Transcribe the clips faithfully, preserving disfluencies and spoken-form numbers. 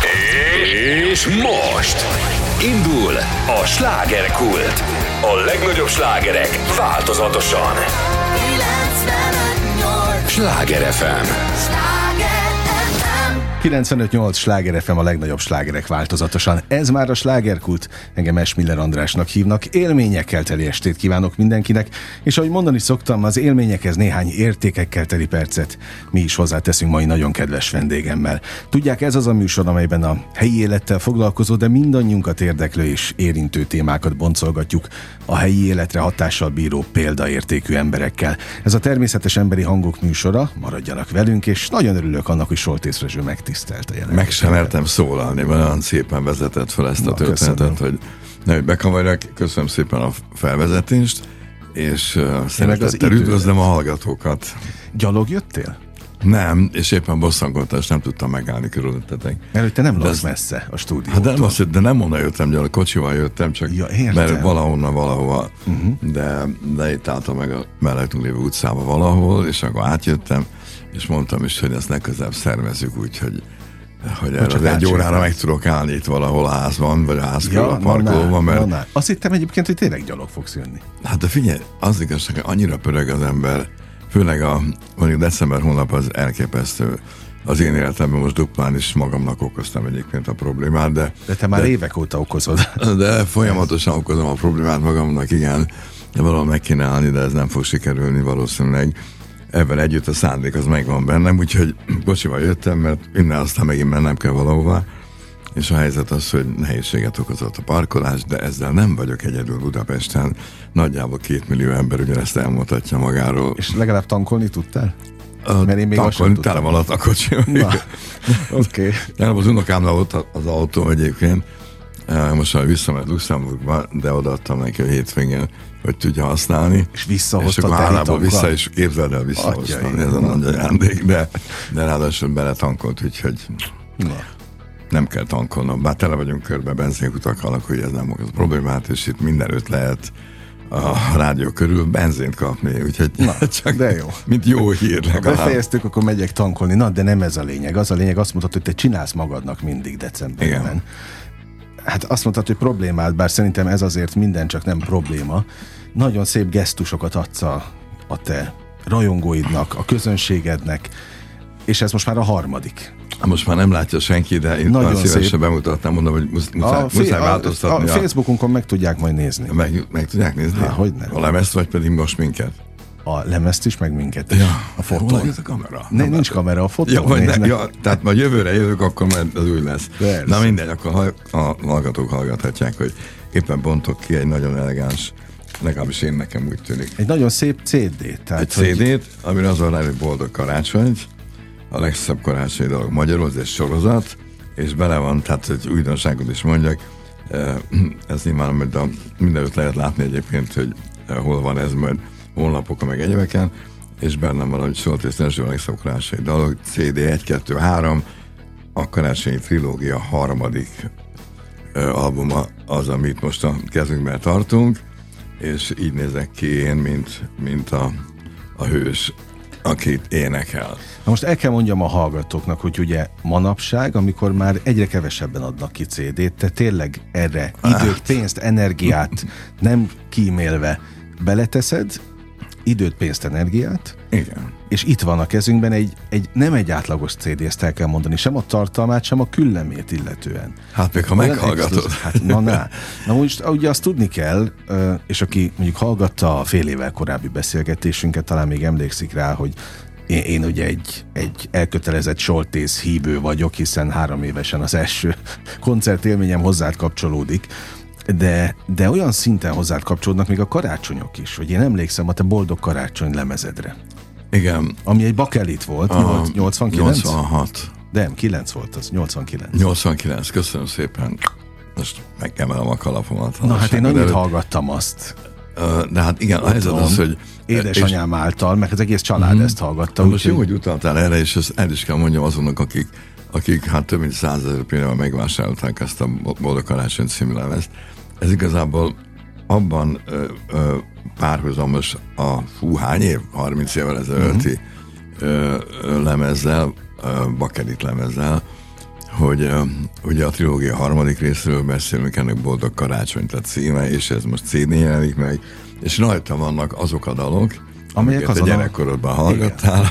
És most indul a slágerkult. A legnagyobb slágerek változatosan. Sláger ef em. kilencvenöt nyolc Sláger ef em, a legnagyobb slágerek változatosan. Ez már a slágerkult. Engem Esmiller Andrásnak hívnak. Élményekkel teli estét kívánok mindenkinek, és ahogy mondani szoktam, az élményekhez néhány értékekkel teli percet mi is hozzáteszünk mai nagyon kedves vendégemmel. Tudják, ez az a műsor, amelyben a helyi élettel foglalkozó, de mindannyiunkat érdeklő és érintő témákat boncolgatjuk a helyi életre hatással bíró példaértékű emberekkel. Ez a természetes emberi hangok műsora, maradjanak velünk, és nagyon örülök annak, hogy Soltész Rezső megtisztelt a jelenlétben. Meg sem mertem szólalni, mert olyan szépen vezetett fel ezt a Na, történetet, hogy ne, hogy bekavarjak. Köszönöm szépen a felvezetést, és uh, szeretettel üdvözlöm a hallgatókat. Gyalog jöttél? Nem, és éppen bosszankodtam, és nem tudtam megállni körülöttetek. Mert te nem laksz messze a stúdiótól. Hát nem azt, de nem onnan jöttem, gyalog, kocsival jöttem, csak ja, mert valahonnan valahova, uh-huh. de, de itt álltam meg a mellettünk lévő utcába valahol, és akkor átjöttem, és mondtam is, hogy ezt legközelebb szervezzük úgy, hogy, hogy erre az egy órára meg tudok állni itt valahol a házban, vagy a ház körül ja, a parkolóban, mert... Na, azt hittem egyébként, hogy tényleg gyalog fogsz jönni. Hát de figyelj, az igazság, annyira pörög az ember, főleg a mondjuk december hónap az elképesztő. Az én életemben most duplán is magamnak okoztam egyébként a problémát, de... De te már de, évek óta okozod. De folyamatosan okozom a problémát magamnak, igen. De valahol meg kéne állni, de ez nem fog sikerülni valószínűleg. Ebben együtt a szándék az megvan bennem, úgyhogy kocsival jöttem, mert innen aztán megint mennem kell valahova, és a helyzet az, hogy nehézséget okozott a parkolás, de ezzel nem vagyok egyedül Budapesten. Nagyjából két millió ember ugyanezt elmutatja magáról. És legalább tankolni tudtál? Uh, Mert én még tankolni tele alatt a kocsi. Oké. Okay. Az unokámnál volt az autó egyébként, most már visszamegy Luxemburgba, de odaadtam neki a hétvégén, hogy tudja használni. És visszahozta és akkor hálából vissza, és képzeld el, visszahoztam. Ez a nagy ajándék, de, de ráadásul beletankolt, úgyhogy na. Nem kell tankolnom. Bár tele vagyunk körbe benzinkutakkal, hogy ez nem okoz problémát, és itt mindenütt lehet a rádió körül benzint kapni, úgyhogy na, csak de jó. Mint jó hír. Ha befejeztük, akkor megyek tankolni. Na, de nem ez a lényeg. Az a lényeg, azt mondtad, hogy te csinálsz magadnak mindig decemberben. Igen. Hát azt mondtad, hogy problémád, bár szerintem ez azért minden, csak nem probléma. Nagyon szép gesztusokat adsz a, a te rajongóidnak, a közönségednek, és ez most már a harmadik. Most már nem látja senki, de én nagyon szívesen bemutatnám, mondom, hogy musz, muszáj, a, muszáj változtatni. A, a Facebookon meg tudják majd nézni. Meg, meg tudják nézni? Há, hogyne. A lemezt, vagy pedig most minket? A lemezt is, meg minket is. Ja, a fotón. Ez a kamera? Ne, nincs kamera, a fotón. Ja, vagy ne, ja, tehát majd jövőre jövök, akkor majd az új lesz. Persze. Na mindegy, akkor a hallgatók hallgathatják, hogy éppen bontok ki egy nagyon elegáns, legalábbis én nekem úgy tűnik. Egy nagyon szép cé dét. Tehát, egy hogy... cé dét, amire az van rá, hogy boldog karácsonyt, a legszebb karácsonyi dolog magyarul, ez egy sorozat, és bele van, tehát egy újdonságot is mondjak, ez nyilván, amit a, mindenütt lehet látni egyébként, hogy hol van ez majd honlapokon, meg egyébeken, és bennem van, hogy Soltész Rezső a legszebb karácsonyi dolog, cé dé egy, kettő, három, a karácsonyi trilógia harmadik albuma az, amit most a kezünkben tartunk, és így nézek ki én, mint, mint a, a hős, akit énekel. Na most el kell mondjam a hallgatóknak, hogy ugye manapság, amikor már egyre kevesebben adnak ki cé dét, te tényleg erre időt, pénzt, energiát nem kímélve beleteszed, időt, pénzt, energiát. Igen. És itt van a kezünkben egy, egy nem egy átlagos cé dé, ezt el kell mondani, sem a tartalmát, sem a küllemét illetően. Hát még ha meghallgatod. Hát na, na. Na most ugye azt tudni kell, és aki mondjuk hallgatta a fél évvel korábbi beszélgetésünket, talán még emlékszik rá, hogy én, én ugye egy, egy elkötelezett Soltész hívő vagyok, hiszen három évesen az első koncertélményem hozzád kapcsolódik. De, de olyan szinten hozzád kapcsolódnak még a karácsonyok is, hogy én emlékszem a te Boldog Karácsony lemezedre. Igen. Ami egy bakelit volt, mi volt? nyolcvankilenc? nyolcvanhat. Nem, kilenc volt az, nyolcvankilenc. nyolcvankilenc, köszönöm szépen. Most megemelem a kalapomat. Na hát én annyit hallgattam azt. De hát igen, a helyzet az, hogy... Édesanyám és... által, meg az egész család mm-hmm. ezt hallgatta. Most jó, hogy utaltál erre, és ezt el is kell mondjam azonnak, akik, akik hát több mint százezer példával megvásárolták ezt a Boldog Karácsony című lemezt. Ez igazából abban ö, ö, párhuzamos a fú, hány év? harminc évvel ezelőtti mm-hmm. ö, ö, lemezzel, ö, bakelit lemezzel, hogy uh, ugye a trilógia harmadik részről beszélünk, ennek Boldog Karácsony a címe, és ez most cé dén jelenik meg, és rajta vannak azok a dalok, amelyek a gyerekkorodban hallgattál.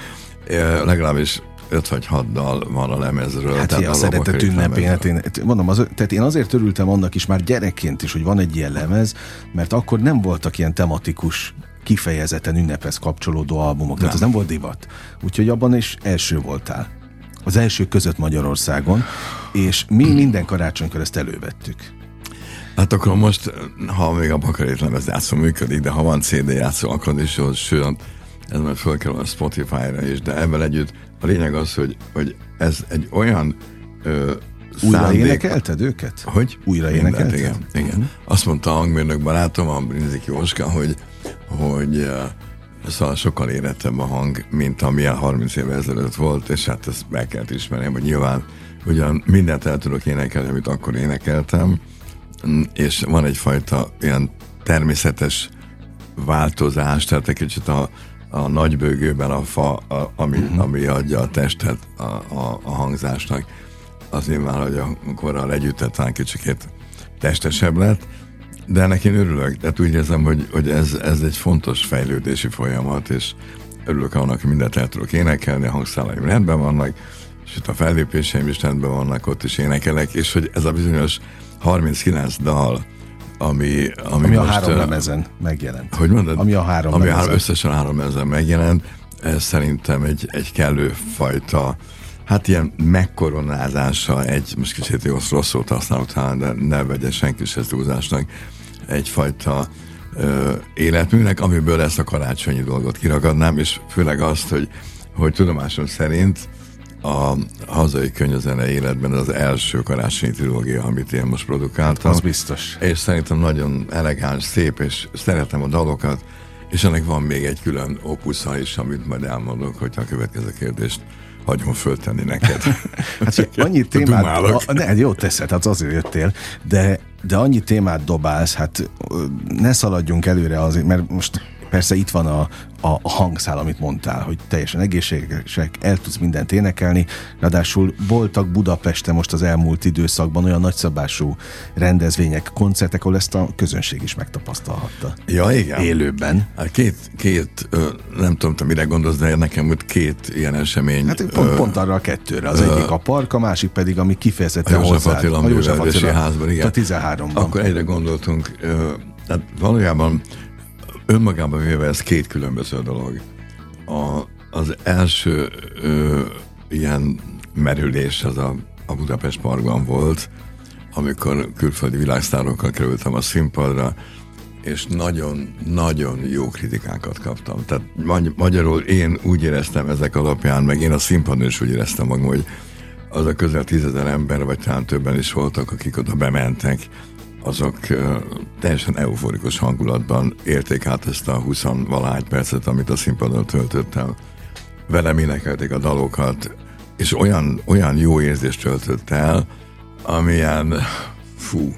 Legalábbis öt vagy hat dal van a lemezről. Hát a szeretet ünnepén, hát én, mondom, az, tehát én azért örültem annak is már gyerekként is, hogy van egy ilyen lemez, mert akkor nem voltak ilyen tematikus, kifejezetten ünnephez kapcsolódó albumok, tehát ez nem volt divat. Úgyhogy abban is első voltál. Az első között Magyarországon, és mi minden karácsonykor ezt elővettük. Hát akkor most, ha még a bakarét lemez játszó működik, de ha van cé dé játszó, akkor is jó, sőt, ez majd fölkerül a Spotify-ra is, de ebben együtt a lényeg az, hogy, hogy ez egy olyan ö, Újra szándék... énekelted őket? Hogy? Újra énekelted? Igen, igen. Uh-huh. Azt mondta a hangmérnök barátom, a Brinzik Jóska, hogy, hogy uh, szóval sokkal érettebb a hang, mint amilyen harminc évvel ezelőtt volt, és hát ezt meg kellett ismernem, hogy nyilván ugyan mindent el tudok énekelni, amit akkor énekeltem, és van egyfajta ilyen természetes változás, tehát egy kicsit a, a nagybőgőben a fa, a, ami, uh-huh. ami adja a testet a, a, a hangzásnak, az nyilván, hogy a korral együtt talán kicsikét testesebb lett, de ennek én örülök, tehát úgy érzem, hogy, hogy ez, ez egy fontos fejlődési folyamat, és örülök annak, hogy mindent el tudok énekelni, a hangszálaim rendben vannak, és itt a fellépéseim is rendben vannak, ott is énekelek, és hogy ez a bizonyos harminckilenc dal, ami, ami, ami most, a három lemezen megjelent. Hogy mondod? Ami a három ami lemezen. Három, összesen három lemezen megjelent, ez szerintem egy, egy kellő fajta, hát ilyen megkoronázása, egy, most kicsit jó, rossz szót használok talán, de ne vegye senki se túlzásnak, egyfajta ö, életműnek, amiből ezt a karácsonyi dolgot kiragadnám, és főleg azt, hogy, hogy tudomásom szerint a hazai könnyűzene életben az első karácsonyi trilógia, amit én most produkáltam. Az biztos. És szerintem nagyon elegáns, szép, és szeretem a dalokat, és ennek van még egy külön opusza is, amit majd elmondok, hogyha a következő kérdést hagyom föltenni neked. Hát annyi témát, a, ne, jó teszed, hát azért jöttél, de, de annyi témát dobálsz, hát ne szaladjunk előre azért, mert most persze itt van a, a, a hangszál, amit mondtál, hogy teljesen egészségesek, el tudsz mindent énekelni, ráadásul voltak Budapesten most az elmúlt időszakban olyan nagyszabású rendezvények, koncertek, ahol ezt a közönség is megtapasztalhatta. Ja, igen. Élőben. Hát két, két ö, nem tudom, te mire gondolsz, de nekem volt két ilyen esemény. Hát pont, ö, pont arra a kettőre. Az ö, egyik a park, a másik pedig, ami kifejezetten a József Attila művelődési házban, igen. A tizenháromban. Akkor egyre gondoltunk, ö, tehát valójában önmagában véve ez két különböző dolog. A, az első ö, ilyen merülés az a, a Budapest Parkban volt, amikor külföldi világsztárokkal kerültem a színpadra, és nagyon-nagyon jó kritikákat kaptam. Tehát magy- magyarul én úgy éreztem ezek alapján, meg én a színpadon is úgy éreztem magam, hogy az a közel tízezer ember, vagy talán többen is voltak, akik oda bementek, azok uh, teljesen euforikus hangulatban élték át ezt a húsz-valahány percet, amit a színpadon töltöttem. Velem énekelték a dalokat, és olyan, olyan jó érzést töltött el, amilyen, fú,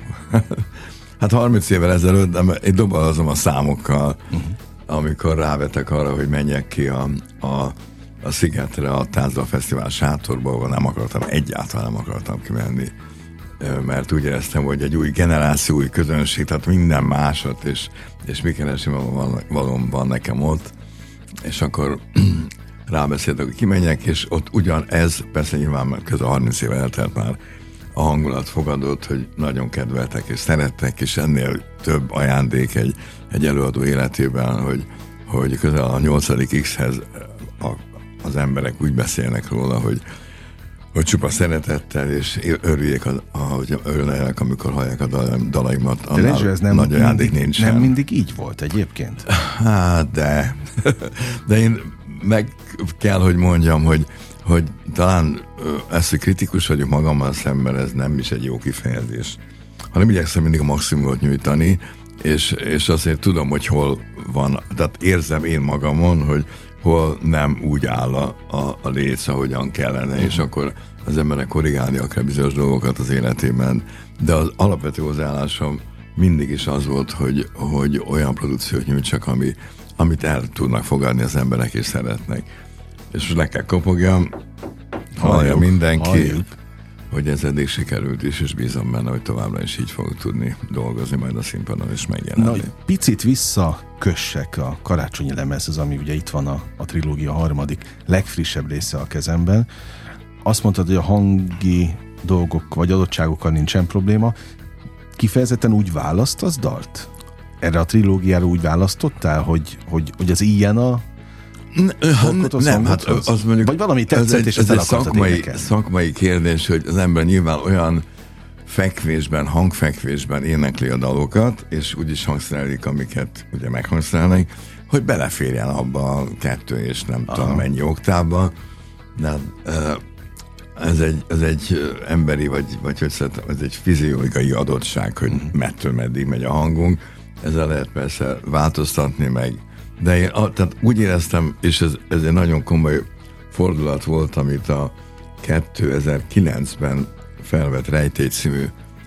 hát harminc évvel ezelőtt, de én dobolazom a számokkal, uh-huh. amikor rávetek arra, hogy menjek ki a, a, a Szigetre, a Táncdal Fesztivál sátorból, ahol nem akartam, egyáltalán nem akartam kimenni, mert úgy éreztem, hogy egy új generáció, új közönség, tehát minden másot, és, és mi keresi valóban van nekem ott, és akkor rábeszéltek, hogy kimenjek, és ott ugyan ez, persze nyilván közel harminc éve eltelt már, a hangulat fogadott, hogy nagyon kedveltek és szerettek, és ennél több ajándék egy, egy előadó életében, hogy, hogy közel a nyolcadik X-hez a, az emberek úgy beszélnek róla, hogy hogy csupa szeretettel, és örüljék, ahogy örülnek, amikor hallják a dalaimat, annál de ez nem nagy ajándék mindig, nincsen. Nem mindig így volt egyébként? Hát, de. De én meg kell, hogy mondjam, hogy, hogy talán ezt, hogy kritikus vagyok magammal szemben, ez nem is egy jó kifejezés. Hanem igyekszem mindig a maximumot nyújtani, és, és azért tudom, hogy hol van, tehát érzem én magamon, hogy hol nem úgy áll a, a, a léc, ahogyan kellene, uh-huh. és akkor az embernek korrigálni akar bizonyos dolgokat az életében. De az alapvető hozzáállásom mindig is az volt, hogy, hogy olyan produkciót nyújtsak, ami, amit el tudnak fogadni az emberek és szeretnek. És most le kell kopogjam, hallja mindenki. Halljuk. hogy ez eddig sikerült is, és bízom benne, hogy továbbra is így fogok tudni dolgozni, majd a színpadon is megjelenni. Na, picit visszakössek a karácsonyi lemezhez, ami ugye itt van a, a trilógia harmadik legfrissebb része a kezemben. Azt mondtad, hogy a hangi dolgok vagy adottságokkal nincsen probléma. Kifejezetten úgy választasz dalt? Erre a trilógiára úgy választottál, hogy, hogy, hogy az ilyen a Ne, nem, hát az mondjuk... Vagy valami tetszett, egy, és ezt el akartad szakmai, énekelni. szakmai kérdés, hogy az ember nyilván olyan fekvésben, hangfekvésben énekli a dalokat, és úgyis hangszerelik, amiket ugye meghangszerelnek, hogy beleférjen abba a kettő és nem Aha. tudom mennyi oktávba. De ez egy, ez egy emberi, vagy, vagy hogy szeretem, ez egy fiziológiai adottság, hogy uh-huh. mettől meddig megy a hangunk. Ezzel lehet persze változtatni meg. De én tehát úgy éreztem, és ez, ez egy nagyon komoly fordulat volt, amit a kétezer-kilencben felvett Rejtély című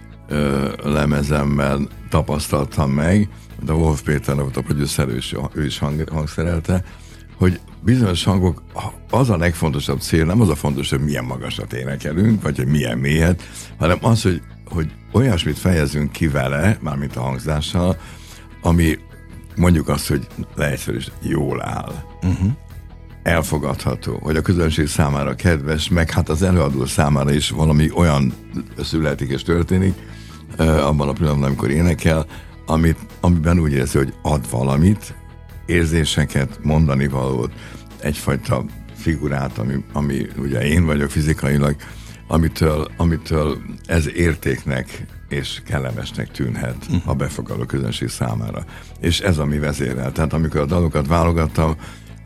ö, lemezemmel tapasztaltam meg, de Wolf Péter volt a producer, ő is, ő is hang, hangszerelte, hogy bizonyos hangok, az a legfontosabb cél, nem az a fontos, hogy milyen magasat énekelünk, vagy hogy milyen mélyet, hanem az, hogy, hogy olyasmit fejezünk ki vele, mármint a hangzással, ami mondjuk azt, hogy leegyszerűs jól áll. Uh-huh. Elfogadható, hogy a közönség számára kedves, meg hát az előadó számára is valami olyan születik és történik, uh, abban a pillanatban, amikor énekel, amit, amiben úgy érzi, hogy ad valamit, érzéseket, mondani valót, egyfajta figurát, ami, ami ugye én vagyok fizikailag, amitől, amitől ez értéknek és kellemesnek tűnhet uh-huh. a befogadó közönség számára. És ez ami vezérel. Tehát amikor a dalokat válogattam,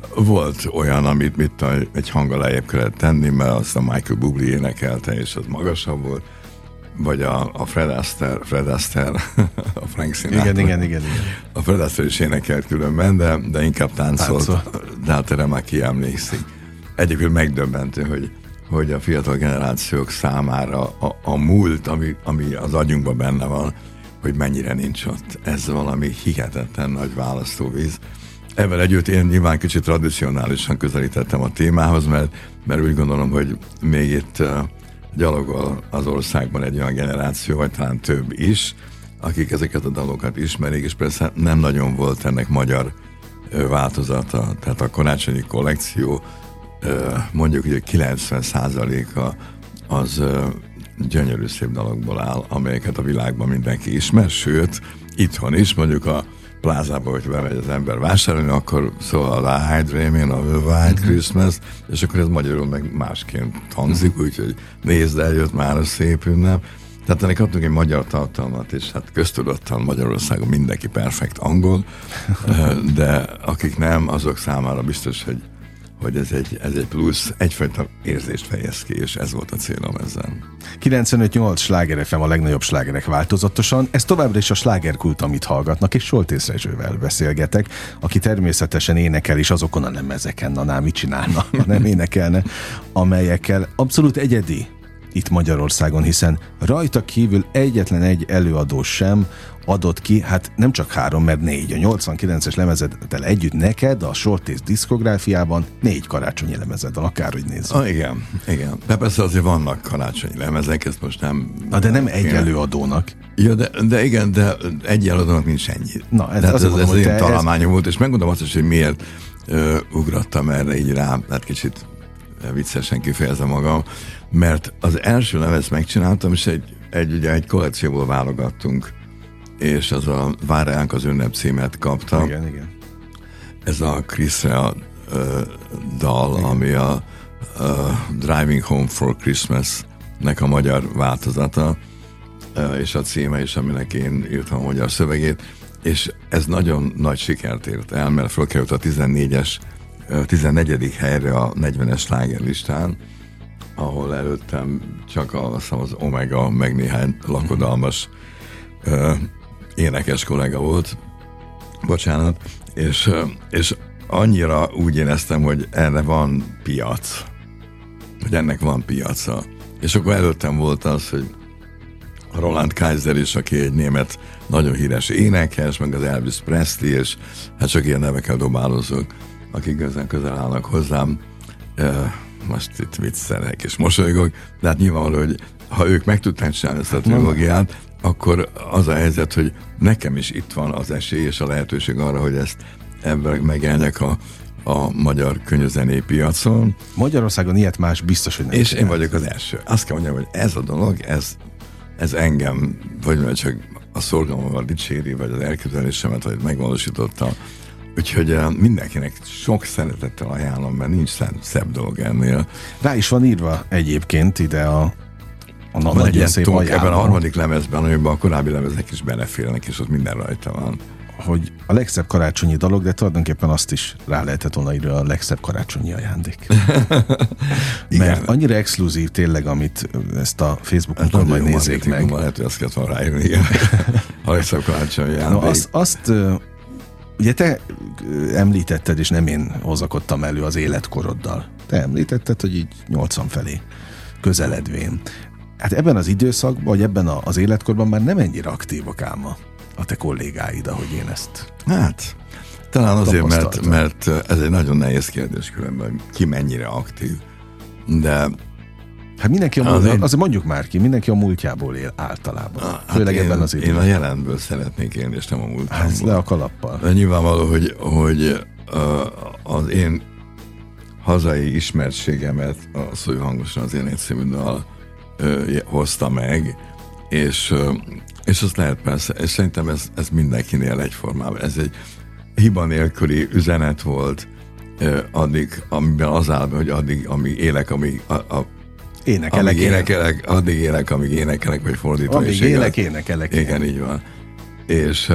volt olyan, amit mit a, egy hanggal lejjebb kellett tenni, mert azt a Michael Bublé énekelte, és az magasabb volt, vagy a, a Fred Astaire, Fred Astaire, a Frank Sinatra. Igen, igen, igen, igen. A Fred Astaire is énekelt különben, de, de inkább táncolt. Táncol. De hát erre már ki emlékszik. Egyébként megdöbbentő, hogy hogy a fiatal generációk számára a, a múlt, ami, ami az agyunkban benne van, hogy mennyire nincs ott. Ez valami hihetetlen nagy választóvíz. Ebben együtt én nyilván kicsit tradicionálisan közelítettem a témához, mert, mert úgy gondolom, hogy még itt uh, gyalogol az országban egy olyan generáció, vagy talán több is, akik ezeket a dalokat ismerik, és persze nem nagyon volt ennek magyar uh, változata. Tehát a karácsonyi kollekció mondjuk, hogy kilencven százaléka az gyönyörű szép dalokból áll, amelyeket a világban mindenki ismer, sőt, itthon is, mondjuk a plázában, hogy bemegy az ember vásárolni, akkor szól a High Dreaming, a White Christmas, és akkor ez magyarul meg másként hangzik, úgyhogy nézd, eljött már a szép ünnep. Tehát ennek adtunk egy magyar tartalmat, és hát köztudottan Magyarországon mindenki perfekt angol, de akik nem, azok számára biztos, hogy hogy ez egy, ez egy plusz, egyfajta érzést fejez ki, és ez volt a célom ezzel. kilencvenöt nyolc Sláger ef em, a legnagyobb slágerek változatosan. Ez továbbra is a slágerkult, amit hallgatnak, és Soltész Rezsővel beszélgetek, aki természetesen énekel is azokon a lemezeken, na, na mit csinálna, ha nem énekelne, amelyekkel abszolút egyedi itt Magyarországon, hiszen rajta kívül egyetlen egy előadó sem adott ki, hát nem csak három, mert négy. A nyolcvankilences lemezeddel együtt neked a Soltész diszkográfiában négy karácsonyi lemezed van, akárhogy nézzük. Ah, igen, igen. De persze azért vannak karácsonyi lemezek, ezt most nem... Na, de nem egy én... előadónak. Ja, de, de igen, de egy előadónak nincs ennyi. Na, ez, ez, ez, mondom, ez én találmányom ez... volt, és megmondom azt is, hogy miért ö, ugrattam erre így rá, hát kicsit viccesen kifejezem magam, mert az első lemezt megcsináltam, és egy, egy, ugye egy kollekcióból válogattunk, és az a Vár ránk az ünnep címet kapta. Igen, igen. Ez a Chris Rea uh, dal, igen. Ami a uh, Driving Home for Christmas-nek a magyar változata, uh, és a címe is, aminek én írtam a magyar szövegét, és ez nagyon nagy sikert ért el, mert fölkerült a tizennégyes, uh, tizennegyedik helyre a negyvenes slágerlistán, ahol előttem csak a, az Omega, meg néhány lakodalmas uh, énekes kollega volt, bocsánat, és, és annyira úgy éreztem, hogy erre van piac, hogy ennek van piaca. És akkor előttem volt az, hogy Roland Kaiser is, aki egy német nagyon híres énekes, meg az Elvis Presley, és hát csak ilyen nevekkel dobálozok, akik közel, közel állnak hozzám. Most itt viccelek és mosolygok, de hát nyilvánvaló, hogy ha ők meg tudták csinálni ezt a trilógiát, akkor az a helyzet, hogy nekem is itt van az esély és a lehetőség arra, hogy ezt ebben megjelenjek a, a magyar könyvzenei piacon. Magyarországon ilyet más biztos, hogy nem. És én vagyok az első. Azt kell mondjam, hogy ez a dolog, ez, ez engem, vagy mert csak a szorgalmamat dicséri, vagy az elképzelésemet, vagy megvalósította. Úgyhogy mindenkinek sok szeretettel ajánlom, mert nincs szebb dolog ennél. Rá is van írva egyébként ide a A van egy ilyen tók ebben a harmadik lemezben, amiben a korábbi lemezek is beleférnek, és ott minden rajta van. Hogy a legszebb karácsonyi dolog, de tulajdonképpen azt is rá lehetett volna írni, a legszebb karácsonyi ajándék. Mert annyira exkluzív tényleg, amit ezt a Facebookon majd nézzék meg. Lehet, hogy azt kellett volna ráírni, igen. A legszebb karácsonyi ajándék. No, azt, azt ugye te említetted, és nem én hozakodtam elő az életkoroddal. Te említetted, hogy így nyolcvan felé közeledvén. Hát ebben az időszakban, vagy ebben az életkorban már nem ennyire aktívak ám a, a te kollégáid, ahogy én ezt Hát, talán azért, mert, mert ez egy nagyon nehéz kérdés különben, ki mennyire aktív. De hát mindenki a múlt, azért, azért mondjuk már ki, mindenki a múltjából él általában. Hát főleg én, ebben az időben. Én a jelenből szeretnék élni, és nem a múltjából. Hát le a kalappal. De nyilvánvaló, hogy, hogy az én hazai ismertségemet a Szólj hangosan az én című dal hozta meg, és, és azt lehet persze, és szerintem ez, ez mindenkinél egyformában. Ez egy hiba nélküli üzenet volt addig, amiben az áll, hogy addig, amíg élek, amíg a, a énekelek, amíg énekelek, addig élek, amíg énekelek, vagy fordítva. Amíg élek, énekelek. Igen, így van. És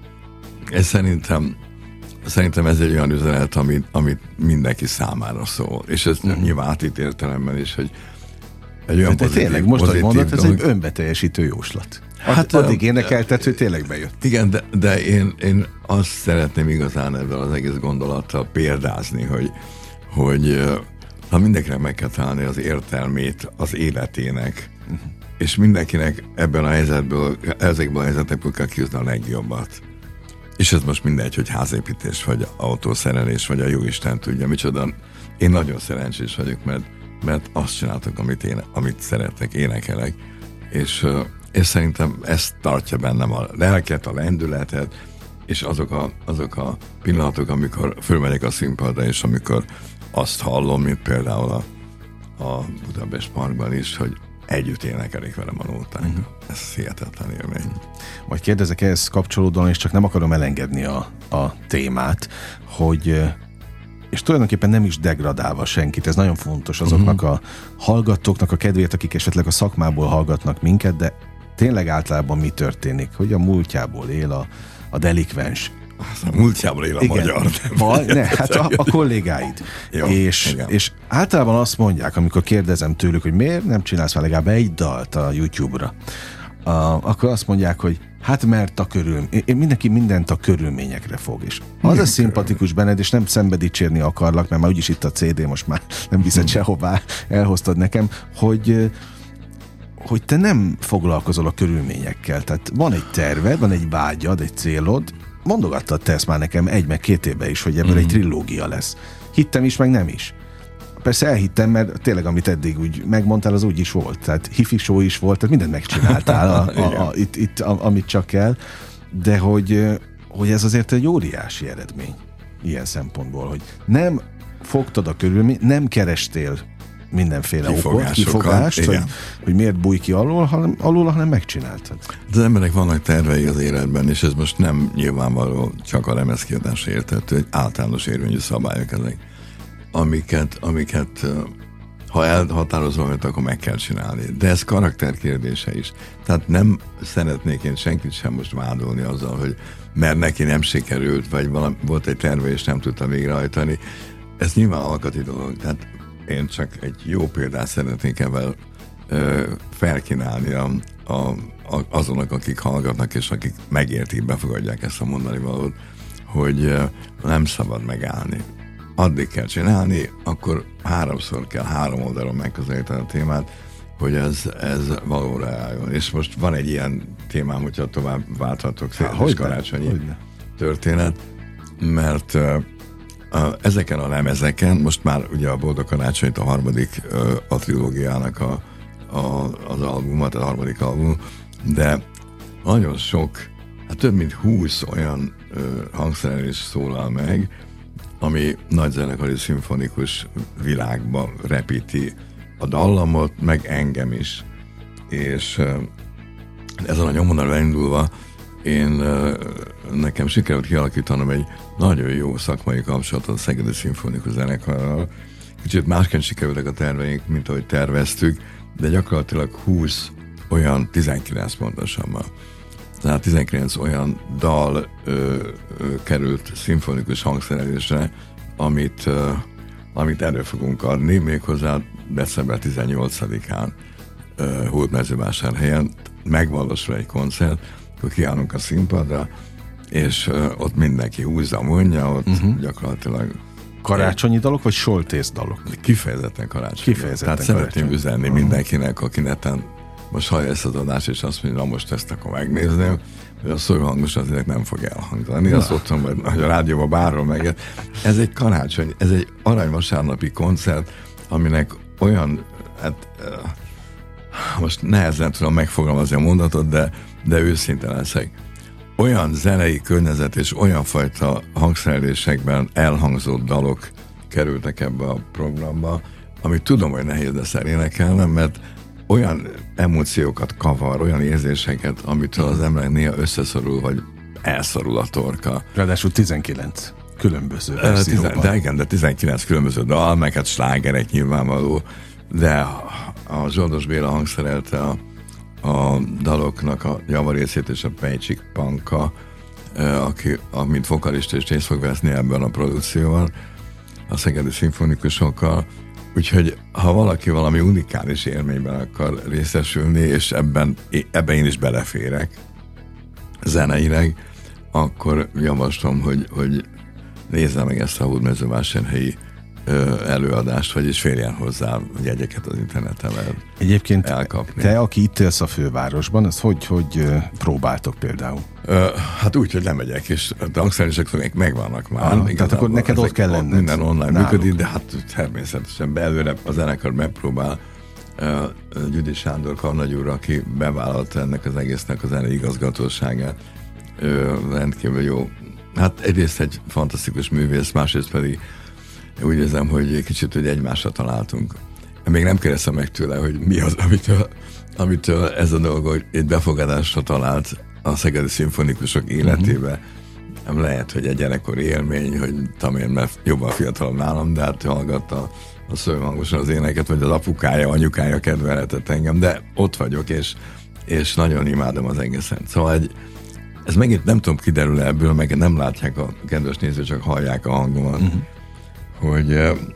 ez szerintem Szerintem ez egy olyan üzenet, amit, amit mindenki számára szól. És ez mm. nyilván átít értelemben is, hogy egy olyan de pozitív, tényleg, most, hogy mondod, dolog. ez egy önbeteljesítő jóslat. Hát addig énekeltet, hogy tényleg bejött. Igen, de, de én, én azt szeretném igazán ebben az egész gondolattal példázni, hogy, hogy ha mindenkinek meg kell találni az értelmét az életének, uh-huh. és mindenkinek ebben a helyzetből, ezekből a helyzetekből kell kihozni a legjobbat. És ez most mindegy, hogy házépítés, vagy autószerelés, vagy a jóisten tudja, micsoda. Én nagyon szerencsés vagyok, mert, mert azt csináltok, amit, én, amit szeretek, énekelek, és, és szerintem ez tartja bennem a lelket, a lendületet, és azok a, azok a pillanatok, amikor fölmegyek a színpadra, és amikor azt hallom, mint például a, a Budapest Parkban is, hogy együtt énekelik velem a nóták. Uh-huh. Ez hihetetlen élmény. Majd kérdezek ehhez kapcsolódóan, és csak nem akarom elengedni a, a témát, hogy és tulajdonképpen nem is degradálva senkit, ez nagyon fontos azoknak uh-huh. a hallgatóknak a kedvéért, akik esetleg a szakmából hallgatnak minket, de tényleg általában mi történik, hogy a múltjából él a, a delikvens. A múltjából él a igen, magyar. Val, ne, hát a, a kollégáid. Jó, és, és általában azt mondják, amikor kérdezem tőlük, hogy miért nem csinálsz már legalább egy dalt a YouTube-ra, a, akkor azt mondják, hogy hát mert a körül, én mindenki mindent a körülményekre fog, és az a szimpatikus benned, és nem szembe dicsérni akarlak, mert már úgyis itt a cé dé, most már nem viszed sehová, elhoztad nekem, hogy hogy te nem foglalkozol a körülményekkel, tehát van egy terved, van egy vágyad, egy célod, mondogattad te ezt már nekem egy meg két évben is, hogy ebből mm. egy trilógia lesz. Hittem is, meg nem is. Persze elhittem, mert tényleg amit eddig úgy megmondtál, az úgy is volt. Tehát hifi show is volt, tehát mindent megcsináltál, a, a, a, itt, itt, a, amit csak kell. De hogy, hogy ez azért egy óriási eredmény ilyen szempontból, hogy nem fogtad a körülmény, nem kerestél mindenféle okot, kifogást, hogy, hogy miért bújj ki alól, hanem, alól, hanem megcsináltad. Az emberek vannak tervei az életben, és ez most nem nyilvánvaló csak a lemezkiadásra értető, hogy általános érvényű szabályok ezek, amiket, amiket ha elhatározol, amit akkor meg kell csinálni. De ez karakterkérdése is. Tehát nem szeretnék én senkit sem most vádolni azzal, hogy mert neki nem sikerült, vagy valami, volt egy terve, és nem tudta végrehajtani. Ez nyilván alkati dolog. Tehát én csak egy jó példát szeretnék ebben ö, felkínálni a, a, a, azonok, akik hallgatnak, és akik megértik, befogadják ezt a mondani valót, hogy ö, nem szabad megállni. Addig kell csinálni, akkor háromszor kell három oldalon megközelíteni a témát, hogy ez, ez valóra álljon. És most van egy ilyen témám, hogyha tovább válthatok, szép karácsonyi hogyne. történet, mert ö, A, ezeken a lemezeken, most már ugye a Boldog Karácsonyt a harmadik ö, a trilógiának a, a, az albumot, a harmadik album, de nagyon sok, hát több mint húsz olyan ö, hangszerelés szólal meg, ami nagy zenekari szimfonikus világba repíti a dallamot, meg engem is. És ö, ezen a nyomvonalra indulva én, ö, nekem sikerült kialakítanom egy nagyon jó szakmai kapcsolatot a Szegedi Szimfonikus Zenekarral. Kicsit másként sikerültek a terveink, mint ahogy terveztük, de gyakorlatilag húsz olyan, tizenkilenc pontosan, tehát tizenkilenc olyan dal ö, ö, került szimfonikus hangszerelésre, amit, ö, amit elő fogunk adni, méghozzá december tizennyolcadikán ö, Hódmezővásárhelyen megvalósul egy koncert, akkor kiállunk a színpadra, és ö, ott mindenki húzza, mondja, ott uh-huh. gyakorlatilag karácsonyi dalok, vagy soltész dalok? Kifejezetten karácsonyi. Kifejezetten Tehát karácsonyi. szeretném üzenni uh-huh. mindenkinek, aki neten most hallja ezt az adást, és azt mondja, na most ezt akkor megnézném, hogy a szóló hangos azért nem fog elhangzani. Na. Azt otthon, vagy a rádióban bárhol meg. Ez egy karácsony, ez egy aranyvasárnapi koncert, aminek olyan, hát most nehezen tudom megfogalmazni a mondatot, de, de őszinte leszek. Olyan zenei környezet és olyan fajta hangszerelésekben elhangzott dalok kerültek ebbe a programba, amit tudom, hogy nehéz lesz elénekelnem, mert olyan emóciókat kavar, olyan érzéseket, amitől az ember néha összeszorul, vagy elszorul a torka. Ráadásul tizenkilenc különböző verzióban. De igen, de tizenkilenc különböző dal, meg hát slágerek nyilvánvaló, de a Zsoldos Béla hangszerelte a, a daloknak a javarészét és a Pejcsik Panka, aki, mint vokalista is részt fog veszni ebben a produkcióval, a Szegedi Szimfonikusokkal. Úgyhogy ha valaki valami unikális élményben akar részesülni, és ebben, ebben én is beleférek zeneileg, akkor javaslom, hogy, hogy nézze meg ezt a Hódmezővásárhelyi előadást, vagyis férjen hozzá jegyeket az interneten lehet Egyébként elkapni. Te, aki itt élsz a fővárosban, azt hogy, hogy próbáltok például? Uh, hát úgy, hogy lemegyek, és a hangszerelések megvannak már. Ah, tehát akkor neked ott kell lenned. Minden online náluk működik, de hát természetesen belőle a zenekar megpróbál. Uh, Gyüdi Sándor Karnagy úr, aki bevállalta ennek az egésznek a zenei igazgatóságát, uh, rendkívül jó. Hát egyrészt egy fantasztikus művész, másrészt pedig úgy érzem, hogy kicsit hogy egymásra találtunk. Még nem kérdeztem meg tőle, hogy mi az, amitől, amitől ez a dolog, hogy egy befogadásra talált a Szegedi Szimfonikusok életébe. Uh-huh. Lehet, hogy egy gyerekkori élmény, hogy tudom én, mert jobban fiatalabb nálam, de hát hallgatta a szövőhangosan az éneket, vagy az apukája, anyukája kedvelhetett engem, de ott vagyok, és, és nagyon imádom az egészet. Szóval egy, ez megint nem tudom, kiderül ebből, meg nem látják a kedves nézők, csak hallják a hangomat. Uh-huh. Hogy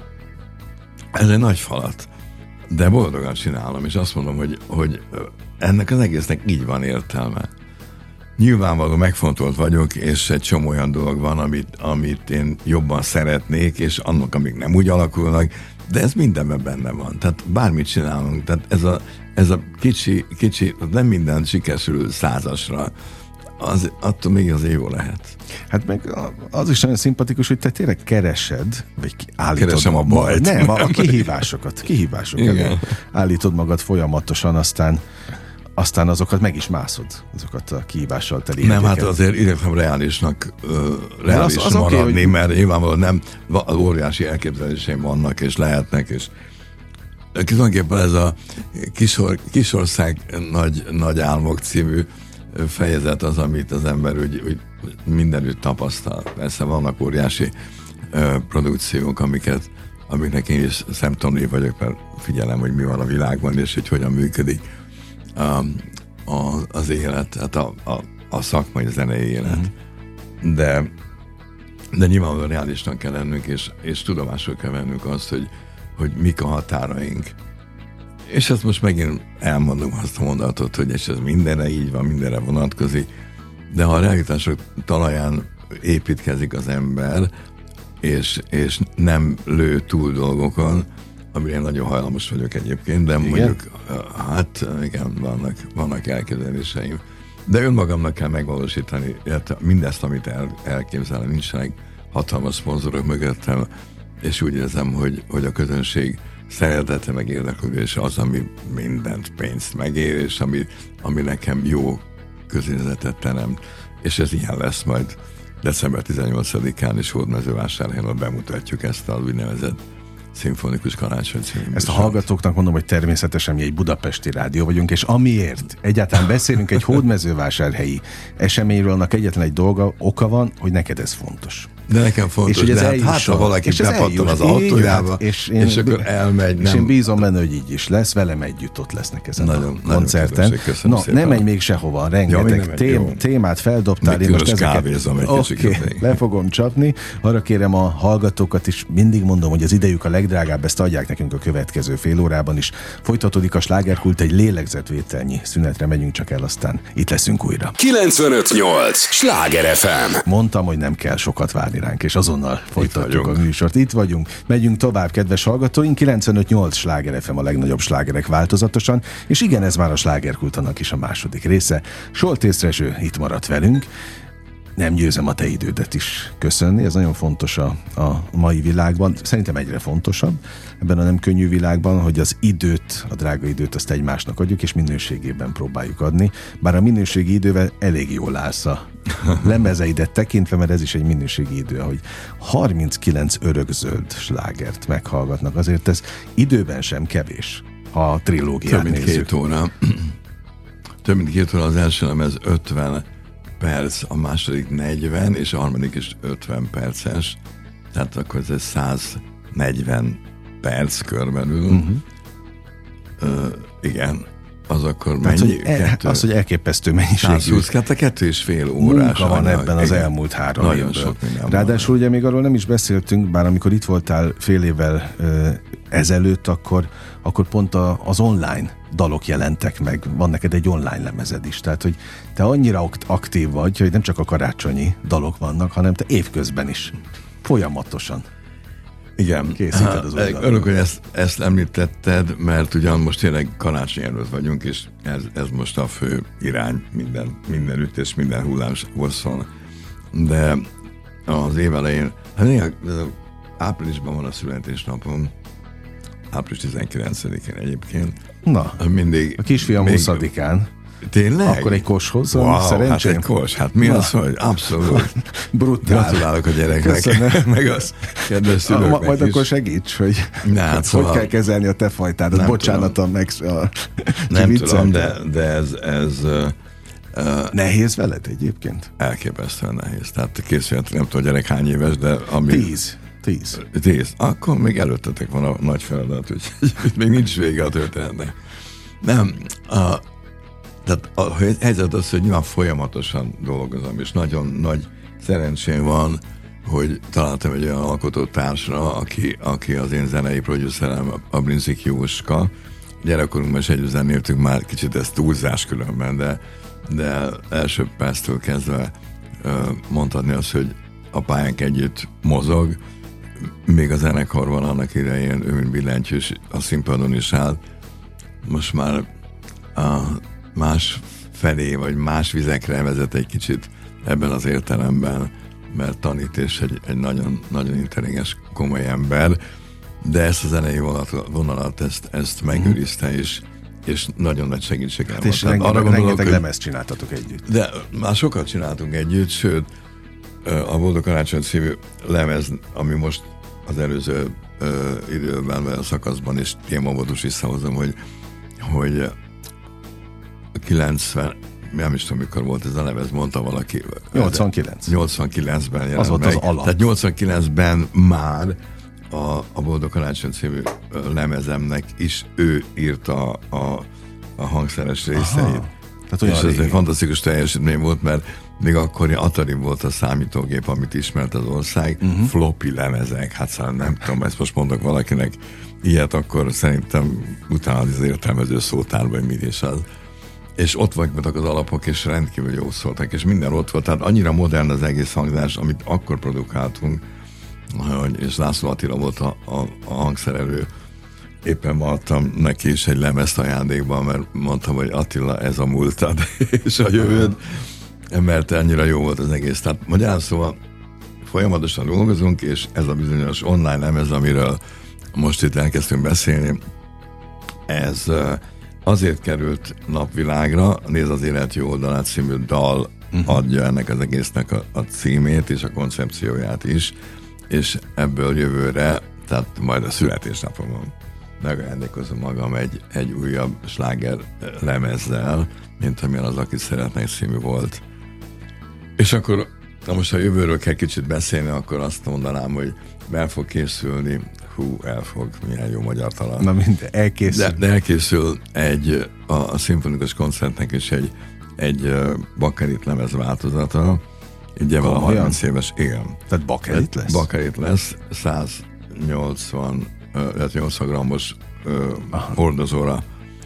ez egy nagy falat, de boldogan csinálom, és azt mondom, hogy, hogy ennek az egésznek így van értelme. Nyilvánvaló megfontolt vagyok, és egy csomó olyan dolog van, amit, amit én jobban szeretnék, és annak, amik nem úgy alakulnak, de ez mindenben benne van. Tehát bármit csinálunk, tehát ez a, ez a kicsi, kicsi, nem minden sikerül százasra, az, attól még az jó lehet. Hát meg az is nagyon szimpatikus, hogy te tényleg keresed, vagy állítod. Keresem a bajt. Nem, a kihívásokat, kihívások elé állítod magad folyamatosan, aztán aztán azokat meg is mászod, azokat a kihívással teli Nem, értéket. hát azért igyekszem reálisnak uh, reális az, az maradni, okay, hogy... mert nyilvánvalóan nem óriási elképzeléseim vannak, és lehetnek, és tulajdonképpen ez a kisor, Kisország nagy, nagy álmok című fejezet az, amit az ember úgy, úgy mindenütt tapasztal. Persze vannak óriási uh, produkciók, amiket, amiknek én is szemtanúi vagyok, mert figyelem, hogy mi van a világban, és hogy hogyan működik a, a, az élet, hát a, a, a szakmai zenei élet. Mm. De, de nyilvánvalóan reálisnak kell lennünk, és, és tudomásul kell vennünk azt, hogy, hogy mik a határaink. És ezt most megint elmondom azt a mondatot, hogy és ez mindenre így van, mindenre vonatkozik, de ha a realitások talaján építkezik az ember, és, és nem lő túl dolgokon, amire én nagyon hajlamos vagyok egyébként, de igen? mondjuk, hát igen, vannak, vannak elképzeléseim. De önmagamnak kell megvalósítani mindezt, amit el, elképzelem, nincsenek hatalmas szponzorok mögöttem, és úgy érzem, hogy, hogy a közönség szeretete, meg érdeklődés az, ami mindent pénzt megér, és ami, ami nekem jó közérzetet teremt. És ez ilyen lesz majd december tizennyolcadikán is Hódmezővásárhelyen, bemutatjuk ezt a úgynevezett szimfonikus karácsony című. Ezt a hallgatóknak mondom, hogy természetesen mi egy budapesti rádió vagyunk, és amiért egyáltalán beszélünk egy hódmezővásárhelyi eseményről, annak egyetlen egy dolga, oka van, hogy neked ez fontos. De nekem fontos, és hogy ez de hát, hát ha valaki bepattan az autójába, és, én, és akkor elmegy. És nem... én bízom benne, hogy így is lesz, velem együtt ott lesznek ezen nagyon, a koncerten. No, nem menj még sehova, rengeteg ja, tém, témát feldobtál. Még különös kávézom egy kicsit. Okay, le fogom csapni. Arra kérem a hallgatókat is, mindig mondom, hogy az idejük a legdrágább, ezt adják nekünk a következő fél órában is. Folytatódik a slágerkult, egy lélegzetvételnyi szünetre megyünk csak el, aztán itt leszünk újra. kilencvenöt nyolc Sláger ef em. Mondtam, hogy nem kell sokat várni ránk, és azonnal folytatjuk a műsort. Itt vagyunk, megyünk tovább, kedves hallgatóink. kilencvenöt nyolc Sláger ef em, a legnagyobb slágerek változatosan, és igen, ez már a slágerkultának is a második része. Soltész Rezső itt maradt velünk. Nem győzem a te idődet is köszönni, ez nagyon fontos a, a mai világban, szerintem egyre fontosabb ebben a nem könnyű világban, hogy az időt, a drága időt azt egymásnak adjuk, és minőségében próbáljuk adni, bár a minőségi idővel elég jól állsz a lemezeidet tekintve, mert ez is egy minőségi idő, hogy harminckilenc örökzöld slágert meghallgatnak, azért ez időben sem kevés, ha a trilógiát nézzük. Több mint két óra. Több mint két óra az első lemez ötven perc, a második negyven, és a harmadik is ötven perces, tehát akkor ez száznegyven perc körbenül. Uh-huh. Uh, igen, az akkor tehát, mennyi? Hogy el, kettő, az, hogy elképesztő mennyiségű. százhúsz, hát a kettő és fél órás. Munka van ebben az igen, elmúlt három nagyon évből. Sok minden Ráadásul van. Ugye még arról nem is beszéltünk, bár amikor itt voltál fél évvel ö, ezelőtt, akkor, akkor pont a, az online dalok jelentek meg, van neked egy online lemezed is, tehát hogy te annyira aktív vagy, hogy nem csak a karácsonyi dalok vannak, hanem te évközben is folyamatosan igen, készíted az oldalon. Örülök, hogy ezt, ezt említetted, mert ugyan most tényleg karácsony előtt vagyunk, és ez, ez most a fő irány minden, minden üt és minden hullám hosszon. De az év elején, hát néha, áprilisban van a születésnapom, április tizenkilencedikén egyébként. Na, mindig, a kisfiam huszadikán. Tényleg? Akkor egy koshoz, wow, szerencsém? Hát egy kos, hát mi Na. az, hogy abszolút. Brutál. Gratulálok a gyereknek. Köszönöm. Meg az kedves szülőknek Ma, Majd is. Akkor segíts, hogy Na, hát hogy szóval kell kezelni a te fajtádat. Bocsánatom meg a Nem tudom, de, de ez, ez uh, nehéz veled egyébként? Elképesztően nehéz. Tehát készület, nem tudom, a gyerek hány éves, de ami... Tíz. Tíz. Tíz. Akkor még előttetek van a nagy feladat, úgyhogy még nincs vége a történetnek. Nem, a, tehát a helyzet az, hogy nyilván folyamatosan dolgozom, és nagyon nagy szerencsém van, hogy találtam egy olyan alkotótársra, aki, aki az én zenei producerem, a Brinzik Jóska. Gyerekkorunkban is együtt zenéltünk, már kicsit ez túlzás különben, de, de első perctől kezdve mondhatni azt, hogy a pályánk együtt mozog, még a zenekarban annak idején ő, mint billentyűs, a színpadon is állt. Most már a más felé, vagy más vizekre vezet egy kicsit ebben az értelemben, mert tanít, és egy, egy nagyon, nagyon intelligens, komoly ember, de ezt a zenei vonalat, vonalat ezt, ezt megőrizte, és, és nagyon nagy segítségem hát volt. És rengeteg, gondolok, rengeteg lemezt csináltatok együtt. De már sokat csináltunk együtt, sőt, a Boldog Karácsony című lemez, ami most az előző ö, időben, vagy a szakaszban is témabodus visszahozom, hogy, hogy kilencven, nem is tudom, mikor volt ez a lemez, mondta valaki. nyolcvankilenc. nyolcvankilencben jelent az volt meg. az alap. Tehát nyolcvankilencben már a, a Boldog Karácsony című lemezemnek is ő írta a, a, a hangszeres részeit. És ez egy fantasztikus teljesítmény volt, mert még akkor Atari volt a számítógép, amit ismert az ország, uh-huh. floppy lemezek, hát szóval nem tudom, ezt most mondok valakinek ilyet, akkor szerintem utána az értelmező szótárban, hogy mit is az. És ott voltak az alapok, és rendkívül jó szóltak, és minden ott volt, tehát annyira modern az egész hangzás, amit akkor produkáltunk, hogy, és László Attila volt a, a, a hangszerelő. Éppen ma adtam neki is egy lemezt ajándékban, mert mondtam, hogy Attila, ez a múltad, és a jövőd, mert annyira jó volt az egész. Tehát magyarán szóval folyamatosan dolgozunk, és ez a bizonyos online lemez, amiről most itt elkezdtünk beszélni, ez azért került napvilágra, Nézd az élet jó oldalát című dal uh-huh. adja ennek az egésznek a, a címét és a koncepcióját is, és ebből jövőre, tehát majd a születésnapomon megajándékozom magam egy, egy újabb sláger lemezzel, mint amilyen az Aki szeretne című volt. És akkor, na most ha jövőről kell kicsit beszélni, akkor azt mondanám, hogy el fog készülni, hú, el fog, milyen jó magyar talán. Na minden, elkészül. De, de elkészül egy, a, a szimfonikus koncertnek is egy, egy bakelit lemez változata, ugye van a harminc éves, igen. Tehát bakelit lesz? Bakelit lesz, száz nyolcvan, nyolcvan grammos hordozóra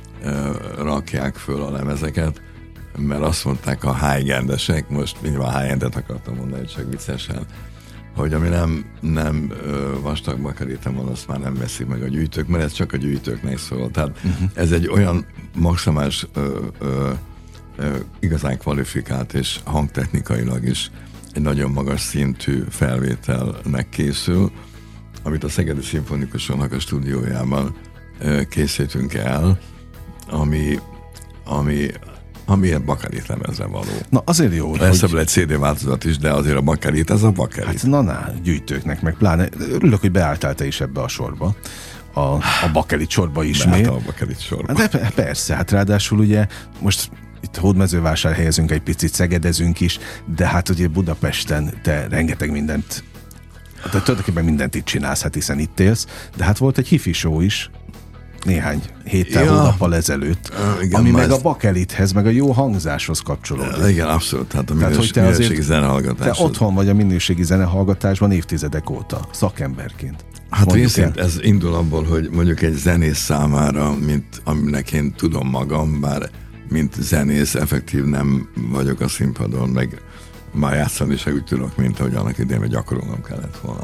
rakják föl a lemezeket, mert azt mondták a high-endesek, most mindjárt high-endet akartam mondani, csak viccesen, hogy ami nem, nem vastag bakelita van, azt már nem veszik meg a gyűjtők, mert ez csak a gyűjtőknek szól. Tehát uh-huh. ez egy olyan maximális ö, ö, ö, igazán kvalifikált és hangtechnikailag is egy nagyon magas szintű felvételnek készül, amit a Szegedi Szimfonikusoknak a stúdiójában ö, készítünk el, ami, ami ami ilyen bakelit lemezre való. Na azért jó, lesz hogy... egy cé dé változat is, de azért a bakelit, ez a bakelit. Hát na, na, gyűjtőknek meg pláne. Örülök, hogy beálltál te is ebbe a sorba. A, a bakelit sorba ismét. Beálltál a bakelit sorba. De persze, hát ráadásul ugye most itt Hódmezővásár helyezünk egy picit, szegedezünk is, de hát ugye Budapesten te rengeteg mindent, tehát tulajdonképpen mindent itt csinálsz, hát hiszen itt élsz, de hát volt egy hifi show is, néhány héttel, ja. hónappal ezelőtt, uh, igen, ami meg ez... a bakelithez, meg a jó hangzáshoz kapcsolódik. Uh, igen, abszolút. Tehát a minős, tehát, hogy minőségi zenehallgatás. Te otthon vagy a minőségi zenehallgatásban évtizedek óta, szakemberként. Hát részint ez indul abból, hogy mondjuk egy zenész számára, mint aminek én tudom magam, bár mint zenész effektív nem vagyok a színpadon, meg már játszani is úgy tudok, mint ahogy annak idején, hogy gyakorolnom kellett volna.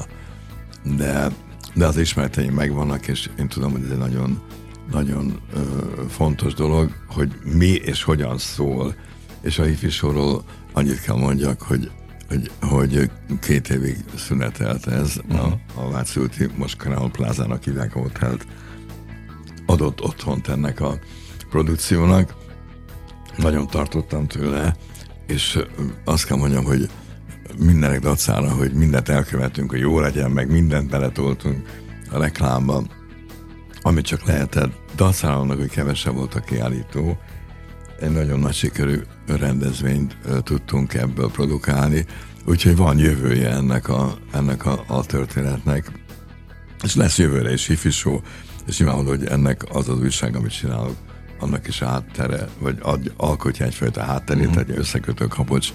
De de az ismereteim megvannak, és én tudom, hogy ez egy nagyon, nagyon ö, fontos dolog, hogy mi és hogyan szól, és a hifi showról annyit kell mondjak, hogy, hogy, hogy két évig szünetelt ez, uh-huh. a, a Váci úti, most Crown Plazának hívják a hotelt, adott otthont ennek a produkciónak, nagyon tartottam tőle, és azt kell mondjam, hogy mindenek dacára, hogy mindent elkövetünk, hogy jó legyen, meg mindent beletoltunk a reklámba, amit csak lehetett. Dacára annak, hogy kevesebb volt a kiállító, egy nagyon nagy sikerű rendezvényt uh, tudtunk ebből produkálni, úgyhogy van jövője ennek a, ennek a, a történetnek, és lesz jövőre is hifi show, és nyilvánvaló, hogy ennek az az újság, amit csinálok, annak is a háttere, vagy ad, alkotja egyfajta hátterét, mm-hmm. egy összekötő kapocs,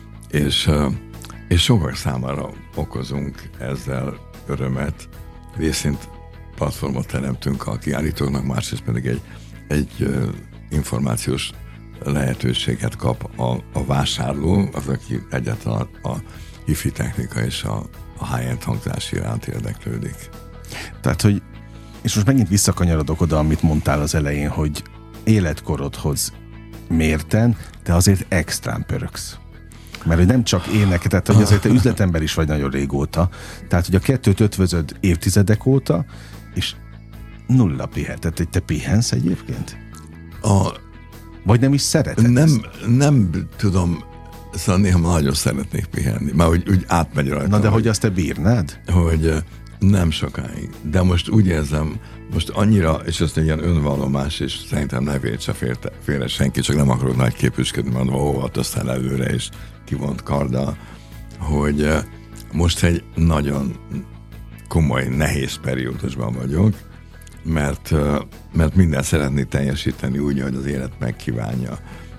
és uh, és sokak számára okozunk ezzel örömet. Részint platformot teremtünk a kiállítóknak, másrészt pedig egy, egy uh, információs lehetőséget kap a, a vásárló, az, aki egyáltalán a hifi technika és a, a high-end hangzás iránt érdeklődik. Tehát, hogy, és most megint visszakanyarodok oda, amit mondtál az elején, hogy életkorodhoz mérten, te azért extrán pöröksz. Mert hogy nem csak ének, tehát hogy azért te üzletember is vagy nagyon régóta, tehát hogy a kettőt ötvözöd évtizedek óta, és nulla pihen. Tehát hogy te pihensz egyébként? A... Vagy nem is szereted? Nem, nem tudom, szóval néha nagyon szeretnék pihenni, már úgy, úgy átmegy rajta. Na de hogy, hogy azt te bírnád? Hogy nem sokáig. De most úgy érzem, most annyira, és ezt egy ilyen önvallomás, és szerintem ne vértse félre senki, csak nem akarok nagy képüsködni, mondva, hova aztán előre, és kivont karddal, hogy most egy nagyon komoly, nehéz periódusban vagyok, mert, mert minden szeretnék teljesíteni úgy, hogy az élet megkívánja.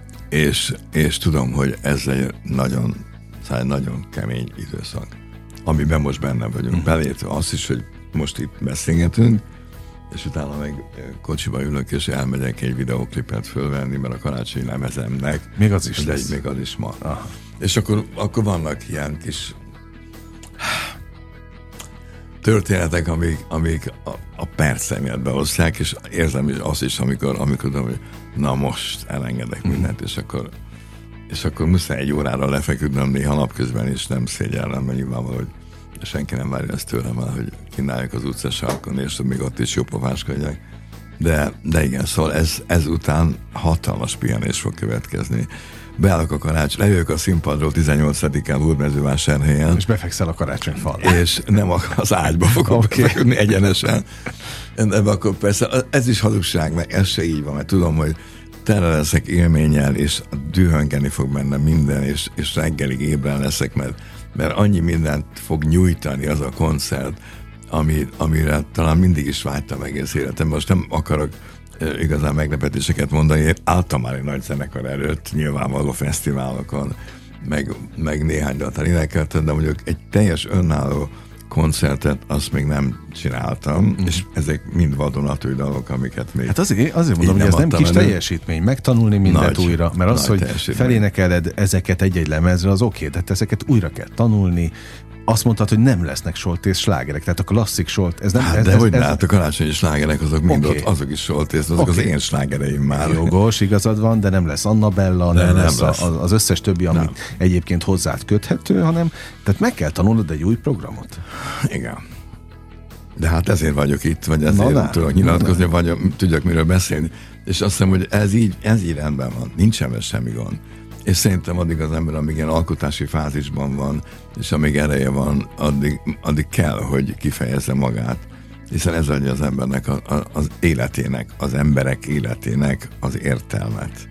És, és tudom, hogy ez egy nagyon, szóval nagyon kemény időszak, amiben most benne vagyunk. Mm. Belétve azt is, hogy most itt beszélgetünk, és utána meg kocsiba ülök, és elmegyek egy videóklipet fölvenni, mert a karácsonyi lemezemnek. Még az is de lesz. Még az is ma. Aha. És akkor, akkor vannak ilyen kis történetek, amik, amik a, a perceimet beosztják, és érzem is azt is, amikor, amikor tudom, hogy na most elengedek mindent, mm. és akkor és akkor muszáj egy órára lefeküdnöm néha napközben, és nem szégyellem, mert nyilvánvaló, hogy senki nem várja ezt tőlem el, hogy kínálják az utcasarkon, és még ott is jó pofáskodjak. De, de igen, szóval ez, ezután hatalmas pihenés fog következni. Beállok a karácsony, lejövök a színpadról tizennyolcadikán Újmezővásárhelyen. És befekszel a karácsonyfalra. És nem az ágyba fogok okay. befeküdni egyenesen. Ebben akkor persze, ez is hazugság, meg ez se így van, mert tudom, hogy tele leszek élménnyel, és dühöngeni fog bennem minden, és, és reggelig ébren leszek, mert, mert annyi mindent fog nyújtani az a koncert, ami, amire talán mindig is vágytam egész életem. Most nem akarok e, igazán meglepetéseket mondani, én álltam már egy nagy zenekar előtt, nyilvánvaló fesztiválokon, meg, meg néhány daltán énekeltem, de mondjuk egy teljes önálló koncertet azt még nem csináltam, mm. és ezek mind vadonatúj dalok, amiket még... Hát azért, azért mondom, hogy ez nem kis elő. teljesítmény, megtanulni mindent nagy, újra, mert az, hogy felénekeled ezeket egy-egy lemezre, az oké, de ezeket újra kell tanulni. Azt mondtad, hogy nem lesznek soltész slágerek, tehát a klasszik solt... Ez nem, hát ez, de ez, hogy ez, ne, hát a karácsonyi slágerek azok mind okay. ott, azok is soltész, azok okay. az én slágereim már. Jogos, igazad van, de nem lesz Annabella, nem, nem lesz, lesz. A, az összes többi, amit nem. egyébként hozzád köthető, hanem tehát meg kell tanulnod egy új programot. Igen. De hát ezért vagyok itt, vagy ezért na, tudok nyilatkozni, vagy tudjak miről beszélni. És azt hiszem, hogy ez így, ez így rendben van, nincs ebben semmi gond. És szerintem addig az ember, amíg ilyen alkotási fázisban van, és amíg ereje van, addig, addig kell, hogy kifejezze magát. Hiszen ez adja az embernek, a, a, az életének, az emberek életének az értelmet.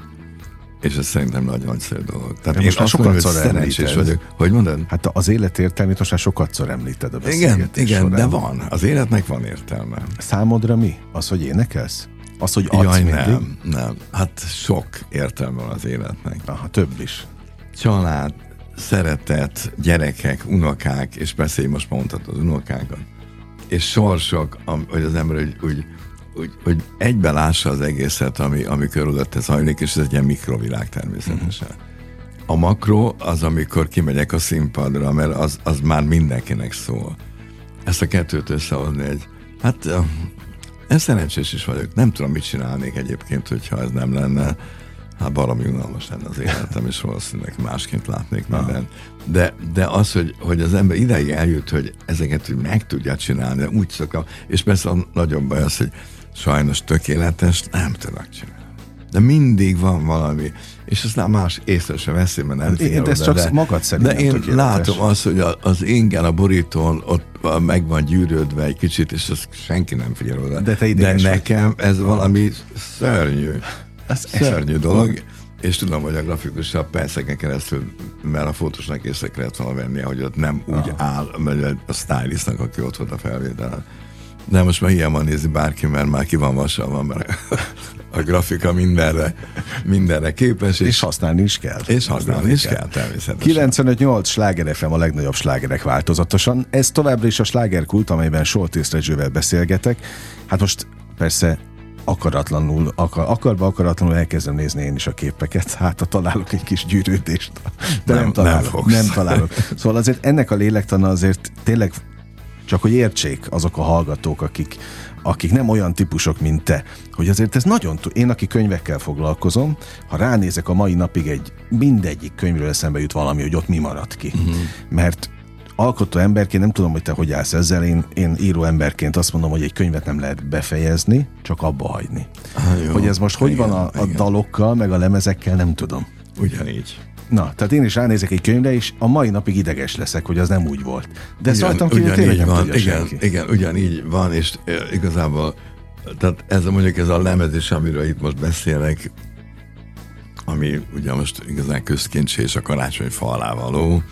És ez szerintem nagyon nagyszerű dolog. Tehát én most azt mondom, hogy szerencsés vagyok. Hogy mondod? Hát az élet értelmét most már sokatszor említed a Igen, beszélgetés igen, során. de van. Az életnek van értelme. Számodra mi? Az, hogy énekelsz? Az, hogy adsz Jaj, mindig? nem, nem. Hát sok értelme van az életnek. Aha, több is. Család, szeretet, gyerekek, unokák, és persze most mondhatod az unokákat, és sorsok, hogy az ember úgy, úgy, úgy, úgy egybe lássa az egészet, ami, ami körülötte zajlik, és ez egy ilyen mikrovilág természetesen. Mm-hmm. A makro az, amikor kimegyek a színpadra, mert az, az már mindenkinek szól. Ezt a kettőt összehozni egy, hát én szerencsés is vagyok. Nem tudom, mit csinálnék egyébként, hogyha ez nem lenne. Hát baromi unalmas lenne az életem, és valószínűleg másként látnék mindent. De, de az, hogy, hogy az ember ideig eljut, hogy ezeket hogy meg tudja csinálni, úgy szoktam, és persze a nagyobb baj az, hogy sajnos tökéletes, nem tudok csinálni. De mindig van valami, és aztán más észre se veszi, mert nem figyel oda. Ez csak de, magad szerint de én tökéletes. Látom azt, hogy az ingen a borítón ott meg van gyűrődve egy kicsit, és azt senki nem figyel oda. De, te de nekem ez valami szörnyű. Ez szörnyű dolog, és tudom, hogy a grafikusabb perceken keresztül, mert a fotósnak észre kellett volna vennie, hogy ott nem úgy aha. áll, mert a stylistnak, aki ott volt a felvételen. De most már hiába nézi bárki, mert már ki van vasalva, mert a grafika mindenre, mindenre képes. És, és használni is kell. És használni is kell, természetesen. kilencvenöt nyolc Sláger ef em, a legnagyobb slágerek változatosan. Ez továbbra is a slágerkult, amelyben Soltész Rezsővel beszélgetek. Hát most persze akaratlanul, akar, akarva akaratlanul elkezdem nézni én is a képeket, hát ha találok egy kis gyűrődést, de nem, nem találok. Nem, nem találok. Szóval azért ennek a lélektana azért tényleg csak hogy értsék azok a hallgatók, akik, akik nem olyan típusok, mint te, hogy azért ez nagyon... Én, aki könyvekkel foglalkozom, ha ránézek a mai napig egy mindegyik könyvről eszembe jut valami, hogy ott mi maradt ki. Uh-huh. Mert alkotó emberként, nem tudom, hogy te hogy állsz ezzel, én, én író emberként azt mondom, hogy egy könyvet nem lehet befejezni, csak abba hagyni. Ah, jó. Hogy ez most hogy igen, van a, a dalokkal, meg a lemezekkel, nem tudom. Ugyanígy. Na, tehát én is ránézek egy könyvre, és a mai napig ideges leszek, hogy az nem úgy volt. De ezt rajtam kívül tényleg nem van, tudja igen, senki. Igen, ugyanígy van, és e, igazából tehát ez mondjuk ez a lemez is, amiről itt most beszélek, ami ugye most igazán közkincsé és a karácsonyfa alá való,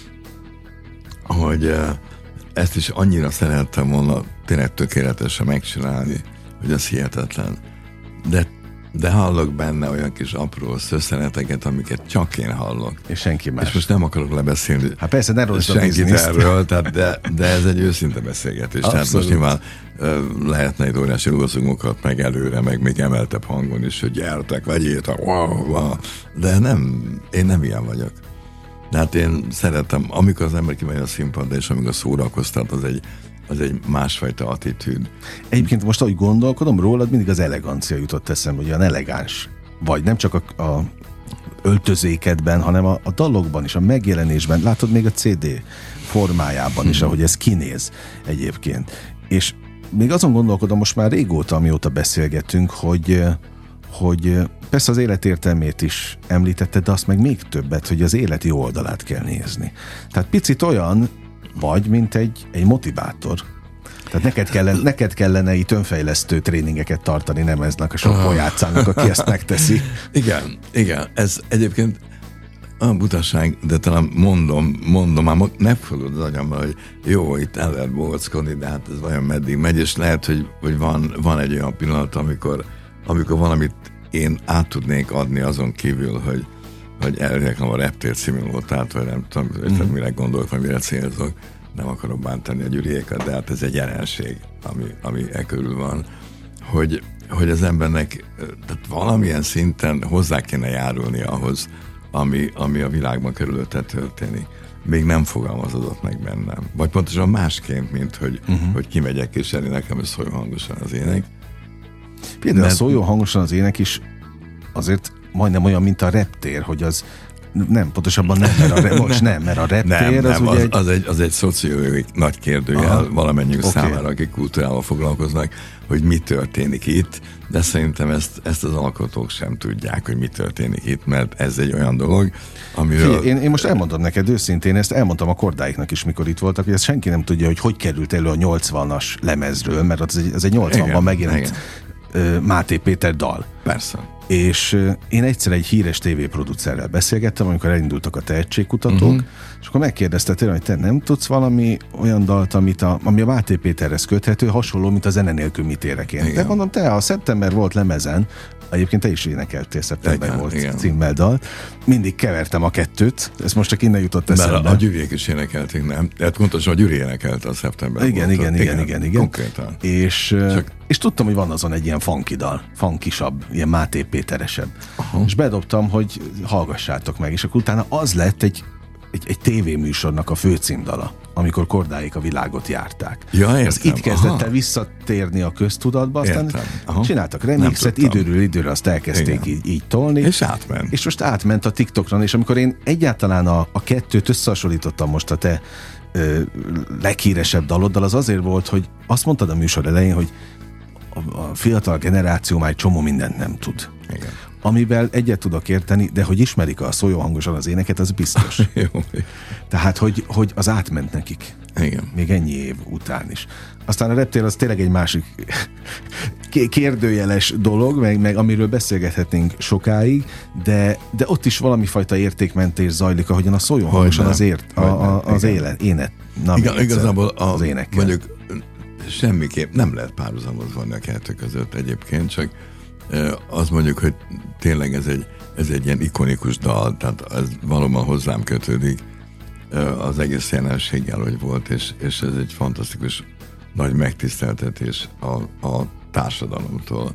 hogy e, ezt is annyira szerettem volna tényleg tökéletesen megcsinálni, hogy az hihetetlen. De de hallok benne olyan kis apró szösszeneteket, amiket csak én hallok. És senki más. És most nem akarok lebeszélni. Hát persze, ne rossz a senkit erről, tehát de, de ez egy őszinte beszélgetés. Abszolút. Tehát most nyilván uh, lehetne egy óriási lózungokat meg előre, meg még emeltebb hangon is, hogy gyertek, vegyétek, wow, wow. De nem, én nem ilyen vagyok. De hát én szeretem, amikor az ember kimegy a színpadra, és amikor szórakoztat, az egy az egy másfajta attitűd. Egyébként most, ahogy gondolkodom, rólad mindig az elegancia jutott eszembe, hogy olyan elegáns vagy, nem csak a, a öltözékedben, hanem a, a dalokban is, a megjelenésben, látod még a cé dé formájában is, ahogy ez kinéz egyébként. És még azon gondolkodom most már régóta, amióta beszélgetünk, hogy, hogy persze az élet értelmét is említetted, de azt meg még többet, hogy az élet jó oldalát kell nézni. Tehát picit olyan vagy, mint egy, egy motivátor. Tehát neked kellene, neked kellene itt önfejlesztő tréningeket tartani, nem eznek a sok pojácának, aki ezt megteszi. Igen, igen. Ez egyébként a butaság, de talán mondom, mondom, már megfordult az agyamban, hogy jó, itt el lehet bóckodni, de hát ez vajon meddig megy, és lehet, hogy, hogy van, van egy olyan pillanat, amikor, amikor valamit én át tudnék adni azon kívül, hogy, hogy elreklám a Reptér című lótát, vagy nem tudom, mm. mire gondolok, vagy mire célzok. Nem akarok bántani a Gyuriékat, de hát ez egy jelenség, ami, ami e körül van, hogy, hogy az embernek tehát valamilyen szinten hozzá kéne járulni ahhoz, ami, ami a világban körülötte történik. Még nem fogalmazódott meg bennem. Vagy pontosan másként, mint hogy, uh-huh. hogy kimegyek és elé nekem, és szóljon hangosan az ének. Például Mert... szóljon hangosan az ének is azért majdnem olyan, mint a reptér, hogy az nem, pontosabban nem, mert a, re... most nem, mert a reptér nem, az nem, ugye az, egy... az egy... Az egy szociológiai nagy kérdőjel valamennyiünk okay. számára, akik kultúrával foglalkoznak, hogy mi történik itt, de szerintem ezt, ezt az alkotók sem tudják, hogy mi történik itt, mert ez egy olyan dolog, amiről... Figyelj, én, én most elmondom neked őszintén, ezt elmondtam a Kordáiknak is, mikor itt voltak, hogy ezt senki nem tudja, hogy hogy került elő a nyolcvanas lemezről, mert az egy, az egy nyolcvanban megjelent uh, Máté Péter dal. Persze. És uh, én egyszer egy híres tévéproducerrel beszélgettem, amikor elindultak a tehetségkutatók, uh-huh. és akkor megkérdezte tőlem, hogy te nem tudsz valami olyan dalt, amit a, ami a Máté Péterhez köthető, hasonló, mint a Zene nélkül mit érek én. De mondom, te a Szeptember volt lemezen, egyébként te is énekeltél, Szeptember igen, volt igen. címmel dal. Mindig kevertem a kettőt, ez most csak innen jutott eszembe. Mert a Gyuriék is énekelték, nem? Tehát pontosan a Gyuri énekelte a Szeptember igen, volt. Igen, igen, igen, igen. Konkrétan. És, csak... és tudtam, hogy van azon egy ilyen funky dal, funkisabb, ilyen Máté Péteresebb. Aha. És bedobtam, hogy hallgassátok meg, és akkor utána az lett egy egy, egy tévéműsornak a főcímdala, amikor Kordáik a világot járták. Ja, értem. Az itt kezdett el visszatérni a köztudatba, aztán csináltak remixet, időről időre azt elkezdték így, így tolni. És átment. És most átment a TikTokra, és amikor én egyáltalán a, a kettőt összehasonlítottam most a te ö, leghíresebb daloddal, az azért volt, hogy azt mondtad a műsor elején, hogy a, a fiatal generáció már egy csomó mindent nem tud. Igen. Amivel egyet tudok érteni, de hogy ismerik a szóljon hangosan az éneket, az biztos. Jó. Tehát, hogy, hogy az átment nekik. Igen. Még ennyi év után is. Aztán a reptér az tényleg egy másik kérdőjeles dolog, meg, meg amiről beszélgethetnénk sokáig, de, de ott is valami fajta értékmentés zajlik, ahogyan a szóljon hangosan az, ért, a, a, az élet, énet. Na, igen, igazából a, az énekkel. Mondjuk semmiképp nem lehet párhuzamot vonni a kettő között egyébként, csak azt mondjuk, hogy tényleg ez egy, ez egy ilyen ikonikus dal, tehát ez valóban hozzám kötődik az egész jelenséggel, hogy volt, és, és ez egy fantasztikus nagy megtiszteltetés a, a társadalomtól,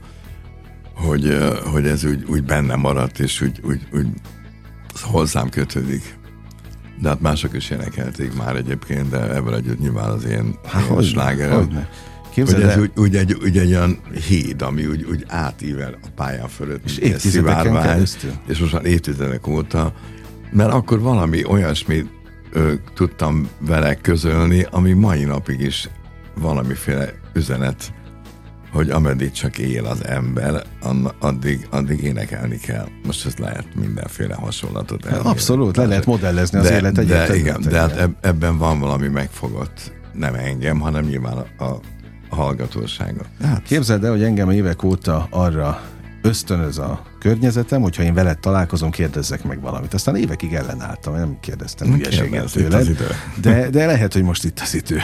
hogy, hogy ez úgy, úgy benne maradt, és úgy, úgy, úgy hozzám kötődik. De hát mások is énekelték már egyébként, de ebből együtt nyilván az én, én slágerem. Hogy ez úgy, úgy, egy, úgy egy olyan híd, ami úgy, úgy átível a pályán fölött, és évtizedeken keresztül. És most már évtizedek óta, mert akkor valami olyasmit ö, tudtam vele közölni, ami mai napig is valamiféle üzenet, hogy ameddig csak él az ember, addig, addig énekelni kell. Most ez lehet mindenféle hasonlatot elmérni. Abszolút, le lehet modellezni az de, élet egyet. De, igen, de hát ebben van valami megfogott, nem engem, hanem nyilván a, a a hallgatóságot. Hát. Képzeld el, hogy engem évek óta arra ösztönöz a környezetem, hogyha én veled találkozom, kérdezzek meg valamit. Aztán évekig ellenálltam, nem kérdeztem hülyeséget tőled, de, de lehet, hogy most itt az idő.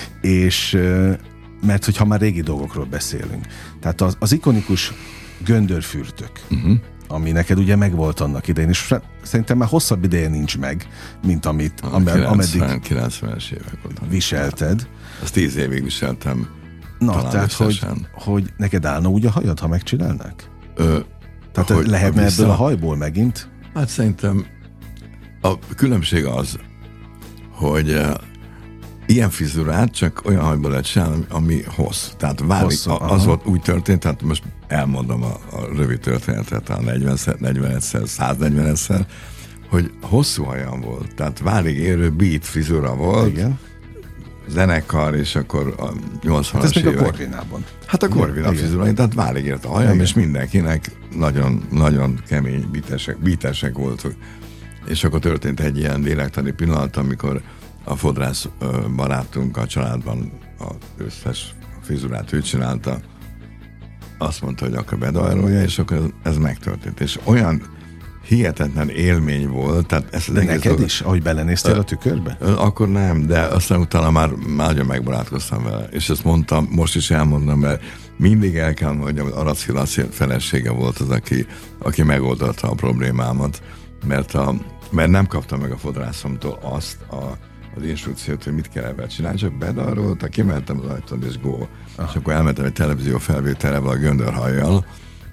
És mert hogyha már régi dolgokról beszélünk. Tehát az, az ikonikus göndörfürtök, uh-huh. ami neked ugye megvolt annak idején, és szerintem már hosszabb ideje nincs meg, mint amit a am- kilencven, ameddig kilencvenes évek után viselted. Azt tíz évig viseltem. Na, tehát, hogy, hogy neked állna úgy a hajad, ha megcsinálnák? Ö, tehát hogy, lehetne vissza... ebből a hajból megint? Hát szerintem a különbség az, hogy uh, ilyen frizurát csak olyan hajból lehet csinálni, ami hossz. Tehát válik, hosszú, az volt úgy történt, tehát most elmondom a, a rövid történetet a negyvenszer, negyvenedszer, száznegyvenedszer, hogy hosszú hajam volt, tehát válig érő beat frizura volt, igen. zenekar, és akkor a nyolcvanas hát ez évek. még a Corvinában. Hát a Corvina frizura, tehát válig ért a hajam, igen. És mindenkinek nagyon, nagyon kemény bítesek, bítesek voltak. És akkor történt egy ilyen lélektani pillanat, amikor a fodrász barátunk a családban az összes frizurát ő csinálta, azt mondta, hogy akkor bedajrolja, és akkor ez, ez megtörtént. És olyan hihetetlen élmény volt. Tehát ezt de neked dolog... is, ahogy belenéztél a tükörbe? Akkor nem, de aztán utána már nagyon megbarátkoztam vele. És ezt mondtam, most is elmondom, mert mindig el kell mondjam, hogy Aracki Laci felesége volt az, aki, aki megoldotta a problémámat, mert, a, mert nem kaptam meg a fodrászomtól azt a az instrukciót, hogy mit kell ebben csinálni, csak bedarolta, kimentem az ajtón, és go. Aha. És akkor elmentem egy televízió felvételre a göndörhajjal.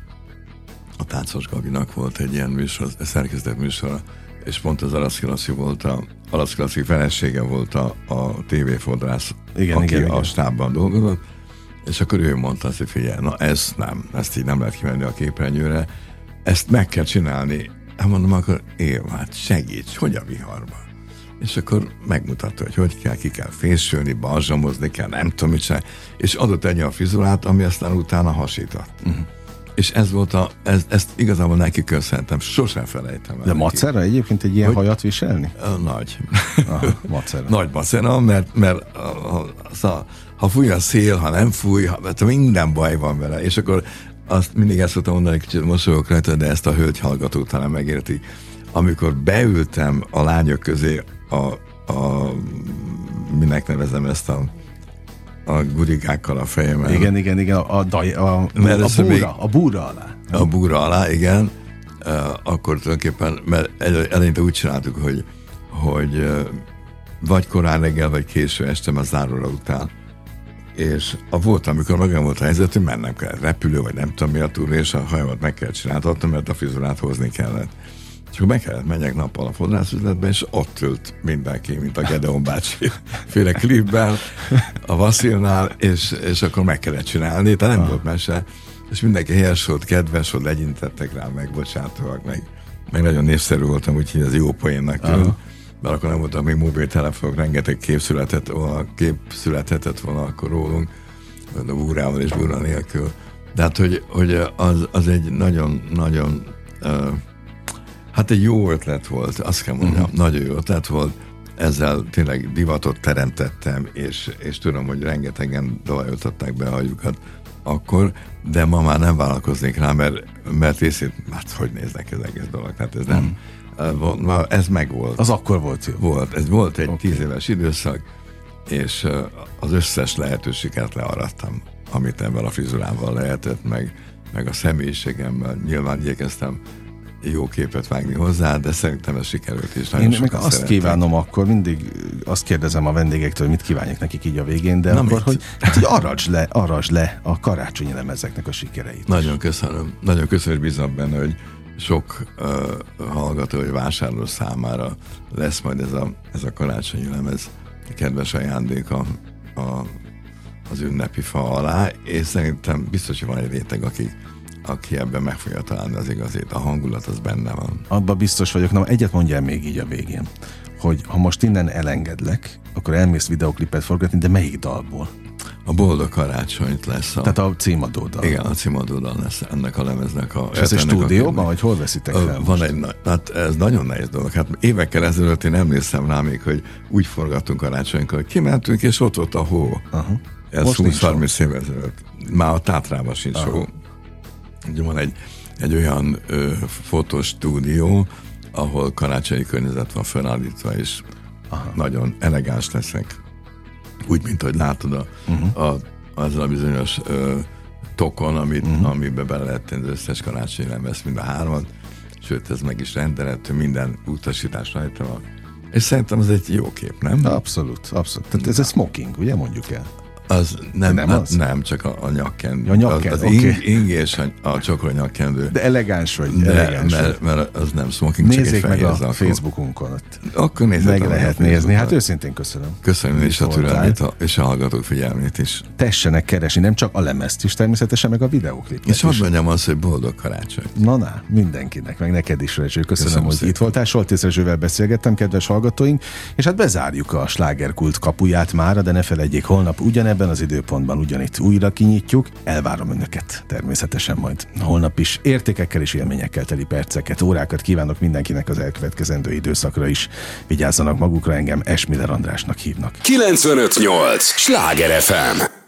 A Táncos Gabinak volt egy ilyen műsor, szerkesztett műsora, és pont az Aracki Laci volt a, Aracki Laci felesége volt a, a tévéfodrász, igen, aki igen, a igen. stábban dolgozott, és akkor ő mondta azt, hogy figyelj, na ez nem, ezt így nem lehet kimenni a képernyőre, ezt meg kell csinálni. Hát mondom, akkor Éva, hát segíts, hogy a viharban? És akkor megmutatta, hogy hogy kell, ki kell fésülni, balzsamozni kell, nem tudom mit csinálni, és adott egy olyan frizurát, ami aztán utána hasított. Uh-huh. És ez volt a, ez, ezt igazából neki köszöntem, sosem felejtem el. De macera egyébként egy ilyen hogy, hajat viselni? Nagy. Aha, macera. Nagy macera, mert, mert ha, ha, ha fúj a szél, ha nem fúj, ha, minden baj van vele, és akkor azt mindig ezt szoktam mondani, hogy kicsit mosolyogok rajta, de ezt a hölgy hallgató talán megérti. Amikor beültem a lányok közé a, a minek nevezem ezt a, a gurigákkal a fejemmel. Igen, igen, igen, a, a, a, a, a, búra, még, a búra alá. A búra alá, igen. Uh, akkor tulajdonképpen, mert eleinte úgy csináltuk, hogy, hogy uh, vagy korán reggel, vagy késő este, a záróra után. És a volt, amikor magam volt a helyzet, hogy mennem kellett repülő, vagy nem tudom mi a túró, és a hajamat meg kellett csináltatnom, mert a frizurát hozni kellett. És akkor meg kellett menjek nappal a fodrászüzletbe, és ott ült mindenki, mint a Gedeon bácsi féle klipben, a Vasilnál, és, és akkor meg kellett csinálni, de nem ah. volt mese. És mindenki helyes volt, kedves volt, legyintettek rá, megbocsátóak, meg, meg nagyon népszerű voltam, úgyhogy ez jó poénnak tűnt. Mert akkor nem voltak még mobiltelefonok, rengeteg kép született volna, kép születhetett volna akkor rólunk, a búrával és búra nélkül. De hát, hogy, hogy az, az egy nagyon-nagyon uh, hát egy jó ötlet volt, azt kell mondjam, uh-huh. nagyon jó ötlet volt, ezzel tényleg divatot teremtettem, és, és tudom, hogy rengetegen dolajoltatták be a hajukat akkor, de ma már nem vállalkoznék rá, mert, mert részét, hát hogy néznek ez egész dolog, hát ez nem, uh-huh. ez meg volt. Az akkor volt jó. Volt, ez volt egy okay. tíz éves időszak, és az összes lehetőséget learadtam, amit ebben a frizurával lehetett, meg, meg a személyiségemmel, nyilván igyekeztem jó képet vágni hozzá, de szerintem ez sikerült is. Én meg azt szerettem. Kívánom akkor, mindig azt kérdezem a vendégektől, hogy mit kívánják nekik így a végén, de Na akkor, mit? hogy, hát, hogy arradsd le, arradsd le a karácsonyi lemezeknek a sikereit. Nagyon köszönöm. Nagyon köszönöm, és bízom benne, hogy sok uh, hallgató, vagy vásárló számára lesz majd ez a, ez a karácsonyi lemez kedves ajándék a, a, az ünnepi fa alá, és szerintem biztos, hogy van egy réteg, akik aki ebben meg fogja találni az igazét. A hangulat az benne van. Abban biztos vagyok. Na, egyet mondjál még így a végén, hogy ha most innen elengedlek, akkor elmész videoklipet forgatni, de melyik dalból? A Boldog Karácsonyt lesz. A... Tehát a címadódal. Igen, a címadódal lesz ennek a lemeznek. A... És ez egy stúdióban, vagy hol veszitek fel Van most? egy, hát ez nagyon nehéz dolog. Hát évekkel ezelőtt én emlékszem rá még, hogy úgy forgattunk karácsonykor, hogy kimentünk, és ott volt a hó. Uh-huh. Ez húsz-harminc év ezelőtt. Már a Tátrában sincs uh-huh. hó. Ugye van egy, egy olyan ö, fotostúdió, ahol karácsonyi környezet van felállítva, és Aha. nagyon elegáns leszek. Úgy, mint ahogy látod a, uh-huh. a, azzal a bizonyos ö, tokon, amit, uh-huh. amiben bele lehet tenni az összes karácsonyi lemez, mind a hármat, sőt, ez meg is rendelhető, minden utasítás rajta van. És szerintem ez egy jó kép, nem? Abszolút, abszolút. Tehát ez a smoking, ugye mondjuk el? Az nem, nem, hát az? nem, csak a, a nyakkendő. A nyakkendő, az, az oké. ing, ing és a, a csokor nyakkendő. De elegáns vagy, De, elegáns mert, vagy. mert az nem smoking, Nézzék csak egy meg fehér a zakó. Facebookunkon ott. Akkor nézzétek Meg meg lehet a nézni. Hát Facebookon. őszintén köszönöm. Köszönöm is a Voltál. türelmét a- és a hallgatók figyelmét is. Tessenek keresni, nem csak a lemezt is, természetesen meg a videóklipet És hadd is. mondjam azt, hogy boldog karácsony. Na, na, mindenkinek, meg neked is, Rezső. Köszönöm, Köszönöm hogy szépen. itt voltál. Soltész Rezsővel beszélgettem, kedves hallgatóink, és hát bezárjuk a slágerkult kapuját mára, de ne felejtjék, holnap ugyanebben az időpontban ugyanitt újra kinyitjuk. Elvárom önöket természetesen majd holnap is. Értékekkel és élményekkel teli perceket, órákat kívánok mindenkinek az elkövetkezendő időszakra is. Vigyázzanak magukra, engem Esmiller Andrásnak hívnak. kilencvenöt nyolc Sláger ef em